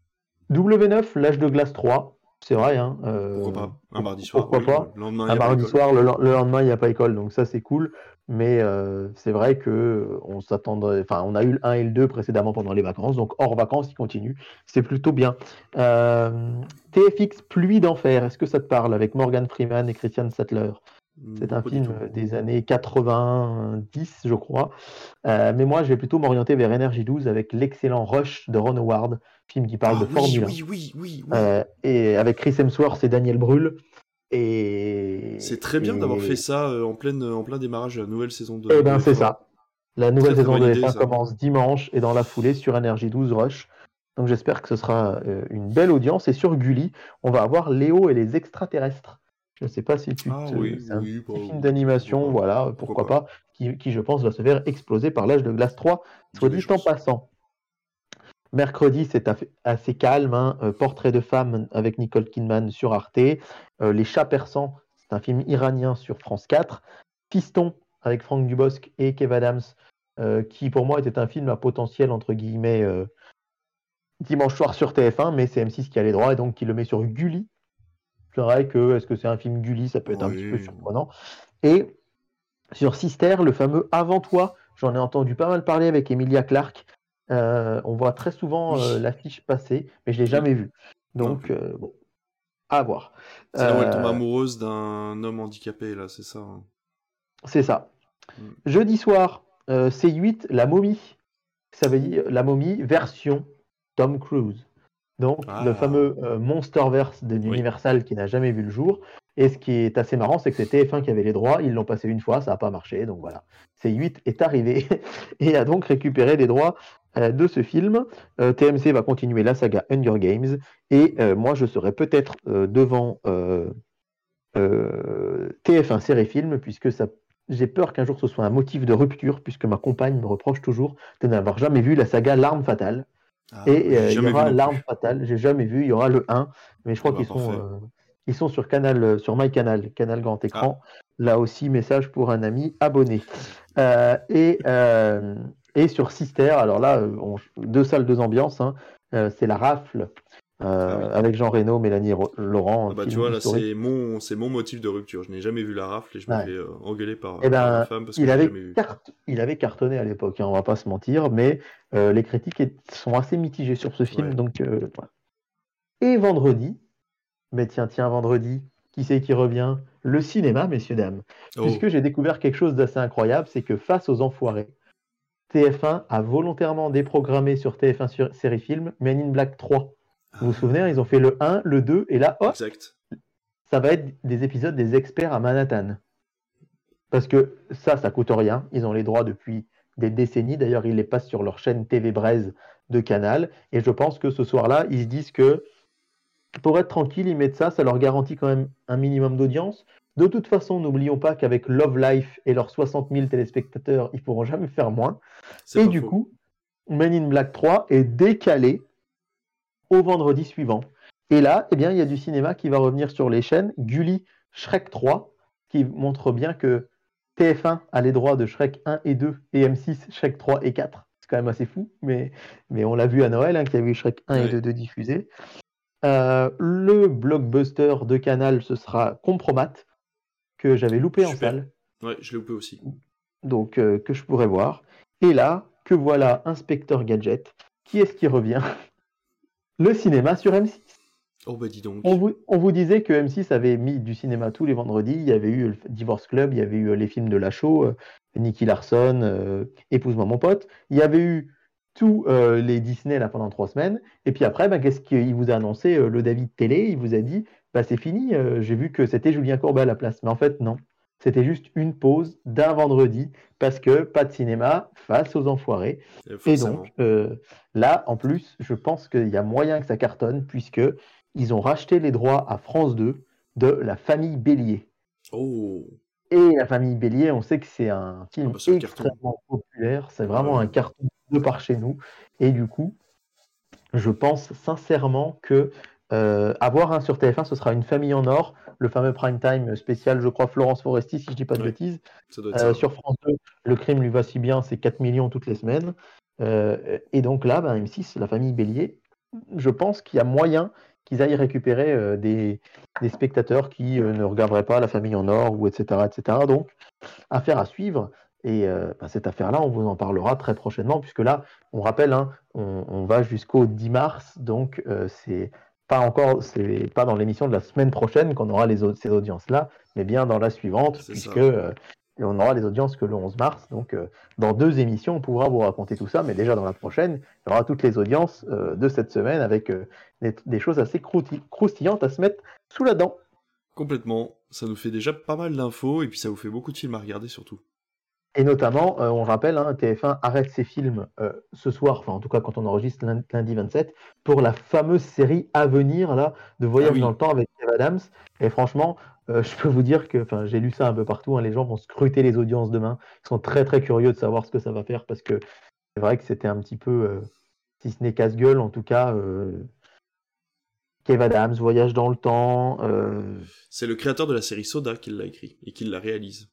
W neuf, L'Âge de glace trois, c'est vrai, hein, Pourquoi euh, pas? Un pour- mardi soir, pourquoi oui. pas. Le lendemain, il Un n'y a pas mardi école. soir, le, le lendemain, il n'y a pas école, donc ça, c'est cool. Mais euh, c'est vrai que euh, on s'attendrait, enfin, on a eu le un et le deux précédemment pendant les vacances, donc hors vacances, il continue. C'est plutôt bien. Euh, T F X Pluie d'enfer, est-ce que ça te parle avec Morgan Freeman et Christian Sattler? C'est Non, un pas du film tout. des années quatre-vingt-dix, je crois. Euh, mais moi, je vais plutôt m'orienter vers Energy douze avec l'excellent Rush de Ron Howard, film qui parle Ah de oui, Formule un. oui, oui, oui, oui. Euh, et avec Chris Hemsworth et Daniel Brühl. C'est Et, très bien d'avoir fait et, ça euh, en, pleine, en plein démarrage de la nouvelle saison et de, ben de c'est F un. ça. La nouvelle Très très saison bonne de idée F un ça. commence dimanche et dans la foulée sur Energy douze Rush. Donc j'espère que ce sera euh, une belle audience. Et sur Gulli, on va avoir Léo et les extraterrestres. Je ne sais pas si tu Ah te... oui, C'est un oui, bah, petit film pourquoi d'animation, pas. voilà, Pourquoi pourquoi pas. pas, qui, qui, je pense va se faire exploser par l'âge de glace trois, Il y soit a des dit en chances. passant. Mercredi, c'est aff- assez calme, hein. Euh, Portrait de femme avec Nicole Kidman sur Arte. Euh, Les Chats Persans, c'est un film iranien sur France quatre. Fiston avec Franck Dubosc et Kev Adams, euh, qui pour moi était un film à potentiel entre guillemets euh, dimanche soir sur T F un, mais c'est M six qui a les droits et donc qui le met sur Gulli. C'est vrai que est-ce que c'est un film Gulli, ça peut être un petit peu Oui. surprenant. Et sur Sister, le fameux Avant toi, j'en ai entendu pas mal parler avec Emilia Clarke. Euh, on voit très souvent euh, Oui, l'affiche passer, mais je l'ai oui. jamais vue. Non Donc, plus. euh, bon, à voir. C'est là où elle tombe Euh, amoureuse d'un homme handicapé, là, c'est ça. Hein. c'est ça. Mm. Jeudi soir, euh, C huit, La Momie. Ça veut dire La Momie version Tom Cruise. Donc, le Ah, fameux euh, Monsterverse de oui. l'Universal qui n'a jamais vu le jour. Et ce qui est assez marrant, c'est que c'est T F un qui avait les droits. Ils l'ont passé une fois, ça n'a pas marché. Donc voilà, C huit est arrivé et a donc récupéré les droits euh, de ce film. Euh, T M C va continuer la saga Hunger Games. Et euh, moi, je serai peut-être euh, devant euh, euh, T F un série-film, puisque ça, j'ai peur qu'un jour ce soit un motif de rupture, puisque ma compagne me reproche toujours de n'avoir jamais vu la saga L'Arme Fatale. Ah, Et j'ai euh, il y jamais vu aura non L'Arme plus. Fatale, j'ai jamais vu, il y aura le un, mais je Ah crois bah qu'ils sont, parfait. euh, ils sont sur Canal, euh, sur MyCanal, Canal Grand Ah, Écran. Là aussi, message pour un ami abonné. Euh, et, euh, et sur Sister, alors là, euh, on- deux salles, deux ambiances, hein. Euh, c'est La Rafle, ah euh, oui. avec Jean Reno, Mélanie Ro- Laurent, Ah un bah tu film vois, là, historique. c'est mon, c'est mon motif de rupture. Je n'ai jamais vu la rafle et je me Ouais. fais euh, engueuler Eh par, par ma ben, femme parce que il j'ai avait, jamais vu. carte... il avait cartonné à l'époque, hein, on va pas se mentir, mais euh, les critiques est- sont assez mitigées sur ce film, Ouais. donc euh, voilà. Et vendredi, mais tiens, tiens, vendredi, qui c'est qui revient? Le cinéma, messieurs, dames. Puisque Oh. j'ai découvert quelque chose d'assez incroyable, c'est que face aux enfoirés, T F un a volontairement déprogrammé sur T F un sur Série Film Men in Black trois. Vous vous souvenez, hein, ils ont Ah. fait le un, le deux, et là, hop, Exact. ça va être des épisodes des experts à Manhattan. Parce que ça, ça coûte rien. Ils ont les droits depuis des décennies. D'ailleurs, ils les passent sur leur chaîne T V Braise de Canal. Et je pense que ce soir-là, ils se disent que pour être tranquille, ils mettent ça, ça leur garantit quand même un minimum d'audience. De toute façon, n'oublions pas qu'avec Love Life et leurs soixante mille téléspectateurs, ils pourront jamais faire moins. C'est Et pas du faux. coup, Men in Black trois est décalé au vendredi suivant. Et là, eh bien, il y a du cinéma qui va revenir sur les chaînes. Gulli, Shrek trois, qui montre bien que T F un a les droits de Shrek un et deux, et M six, Shrek trois et quatre. C'est quand même assez fou, mais, mais on l'a vu à Noël, hein, qu'il y avait eu Shrek un et Ouais. deux de diffusés. Euh, le blockbuster de Canal, ce sera Compromat, que j'avais loupé en Super. salle, Ouais, je l'ai loupé aussi. donc euh, que je pourrais voir. Et là, que voilà Inspecteur Gadget. Qui est-ce qui revient? Le cinéma sur M six. Oh bah dis On donc. vous, on vous disait que M six avait mis du cinéma tous les vendredis. Il y avait eu le Divorce Club, il y avait eu les films de Lachaud, euh, Nicky Larson, euh, Épouse-moi mon pote. Il y avait eu tous euh, les Disney là pendant trois semaines. Et puis après, bah, qu'est-ce qu'il vous a annoncé euh, le David Télé? Il vous a dit, bah, c'est fini, euh, j'ai vu que c'était Julien Courbet à la place. Mais en fait, non. C'était juste une pause d'un vendredi parce que pas de cinéma face aux enfoirés. Euh, Et donc, forcément. euh, là, en plus, je pense qu'il y a moyen que ça cartonne puisque ils ont racheté les droits à France deux de La Famille Bélier. Oh. Et La Famille Bélier, on sait que c'est un film Ah bah, c'est un extrêmement populaire, c'est Ouais, vraiment ouais. un carton de par chez nous. Et du coup, je pense sincèrement que euh, avoir un sur T F un, ce sera Une Famille en or, le fameux prime time spécial, je crois, Florence Foresti, si je dis pas de Ouais, bêtises. ça doit être Euh, ça. sur France deux, Le crime lui va si bien, c'est quatre millions toutes les semaines. Euh, et donc là, ben, M six, La Famille Bélier, je pense qu'il y a moyen qu'ils aillent récupérer euh, des, des spectateurs qui euh, ne regarderaient pas La Famille en or, ou et cetera, et cetera. Donc, affaire à suivre. Et euh, ben, cette affaire-là, on vous en parlera très prochainement, puisque là, on rappelle, hein, on, on va jusqu'au dix mars, donc euh, c'est pas encore, c'est pas dans l'émission de la semaine prochaine qu'on aura les, au- ces audiences-là, mais bien dans la suivante, C'est puisque ça. euh, on aura les audiences que le onze mars. Donc, euh, dans deux émissions, on pourra vous raconter tout ça, mais déjà dans la prochaine, il y aura toutes les audiences euh, de cette semaine avec euh, des, des choses assez crouti- croustillantes à se mettre sous la dent. Complètement. Ça nous fait déjà pas mal d'infos, et puis ça vous fait beaucoup de films à regarder surtout. Et notamment, euh, on rappelle, hein, T F un arrête ses films euh, ce soir, enfin en tout cas quand on enregistre lund- lundi vingt-sept, pour la fameuse série à venir là, de Ah Voyage dans oui. le temps avec Kev Adams. Et franchement, euh, je peux vous dire que, enfin j'ai lu ça un peu partout, hein, les gens vont scruter les audiences demain. Ils sont très très curieux de savoir ce que ça va faire parce que c'est vrai que c'était un petit peu, euh, si ce n'est casse-gueule, en tout cas, euh, Kev Adams, Voyage dans le temps. euh, C'est le créateur de la série Soda qui l'a écrit, et qui la réalise.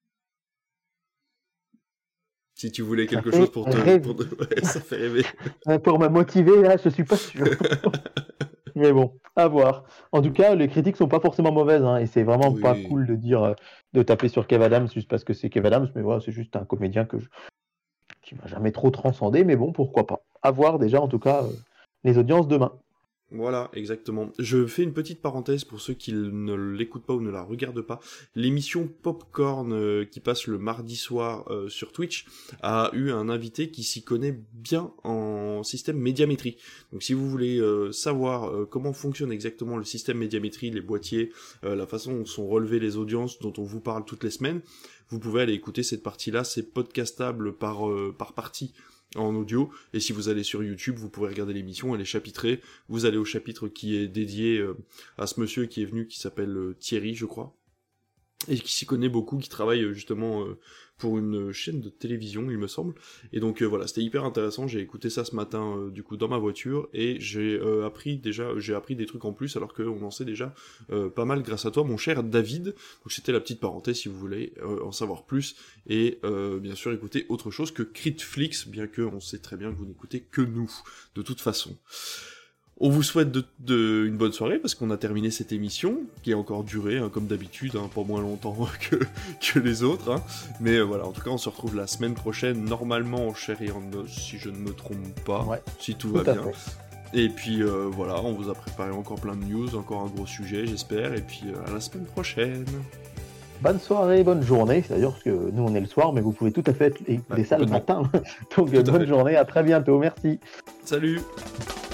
Si tu voulais Ça quelque fait chose pour te... rêver. Pour te... Ouais, ça fait rêver. Pour me motiver, là, je suis pas sûr. Mais bon, à voir. En tout cas, les critiques sont pas forcément mauvaises, hein, et c'est vraiment pas Oui. cool de dire euh, de taper sur Kev Adams juste parce que c'est Kev Adams, mais voilà, c'est juste un comédien que je- qui m'a jamais trop transcendé, mais bon, pourquoi pas. À voir déjà, en tout cas, euh, les audiences demain. Voilà, exactement. Je fais une petite parenthèse pour ceux qui ne l'écoutent pas ou ne la regardent pas. L'émission Popcorn euh, qui passe le mardi soir euh, sur Twitch a eu un invité qui s'y connaît bien en système médiamétrie. Donc si vous voulez euh, savoir euh, comment fonctionne exactement le système médiamétrie, les boîtiers, euh, la façon dont sont relevées les audiences dont on vous parle toutes les semaines, vous pouvez aller écouter cette partie-là. C'est podcastable par, euh, par partie en audio, et si vous allez sur YouTube, vous pourrez regarder l'émission, elle est chapitrée, vous allez au chapitre qui est dédié euh, à ce monsieur qui est venu, qui s'appelle euh, Thierry, je crois, et qui s'y connaît beaucoup, qui travaille euh, justement euh, pour une chaîne de télévision, il me semble, et donc euh, voilà, c'était hyper intéressant, j'ai écouté ça ce matin, euh, du coup, dans ma voiture, et j'ai euh, appris déjà, j'ai appris des trucs en plus, alors qu'on en sait déjà euh, pas mal grâce à toi, mon cher David. Donc c'était la petite parenthèse, si vous voulez euh, en savoir plus, et euh, bien sûr écouter autre chose que Critflix, bien que on sait très bien que vous n'écoutez que nous, de toute façon. On vous souhaite de, de, une bonne soirée, parce qu'on a terminé cette émission, qui a encore duré, hein, comme d'habitude, hein, pas moins longtemps que, que les autres, hein. Mais euh, voilà, en tout cas, on se retrouve la semaine prochaine, normalement en chair et en os, si je ne me trompe pas, Ouais, si tout, tout va à bien. fait. Et puis euh, voilà, on vous a préparé encore plein de news, encore un gros sujet, j'espère, et puis euh, à la semaine prochaine. Bonne soirée, bonne journée. C'est-à-dire que nous, on est le soir, mais vous pouvez tout à fait écouter Ouais, ça le complètement. matin. Donc, Tout à bonne fait. journée, à très bientôt. Merci. Salut!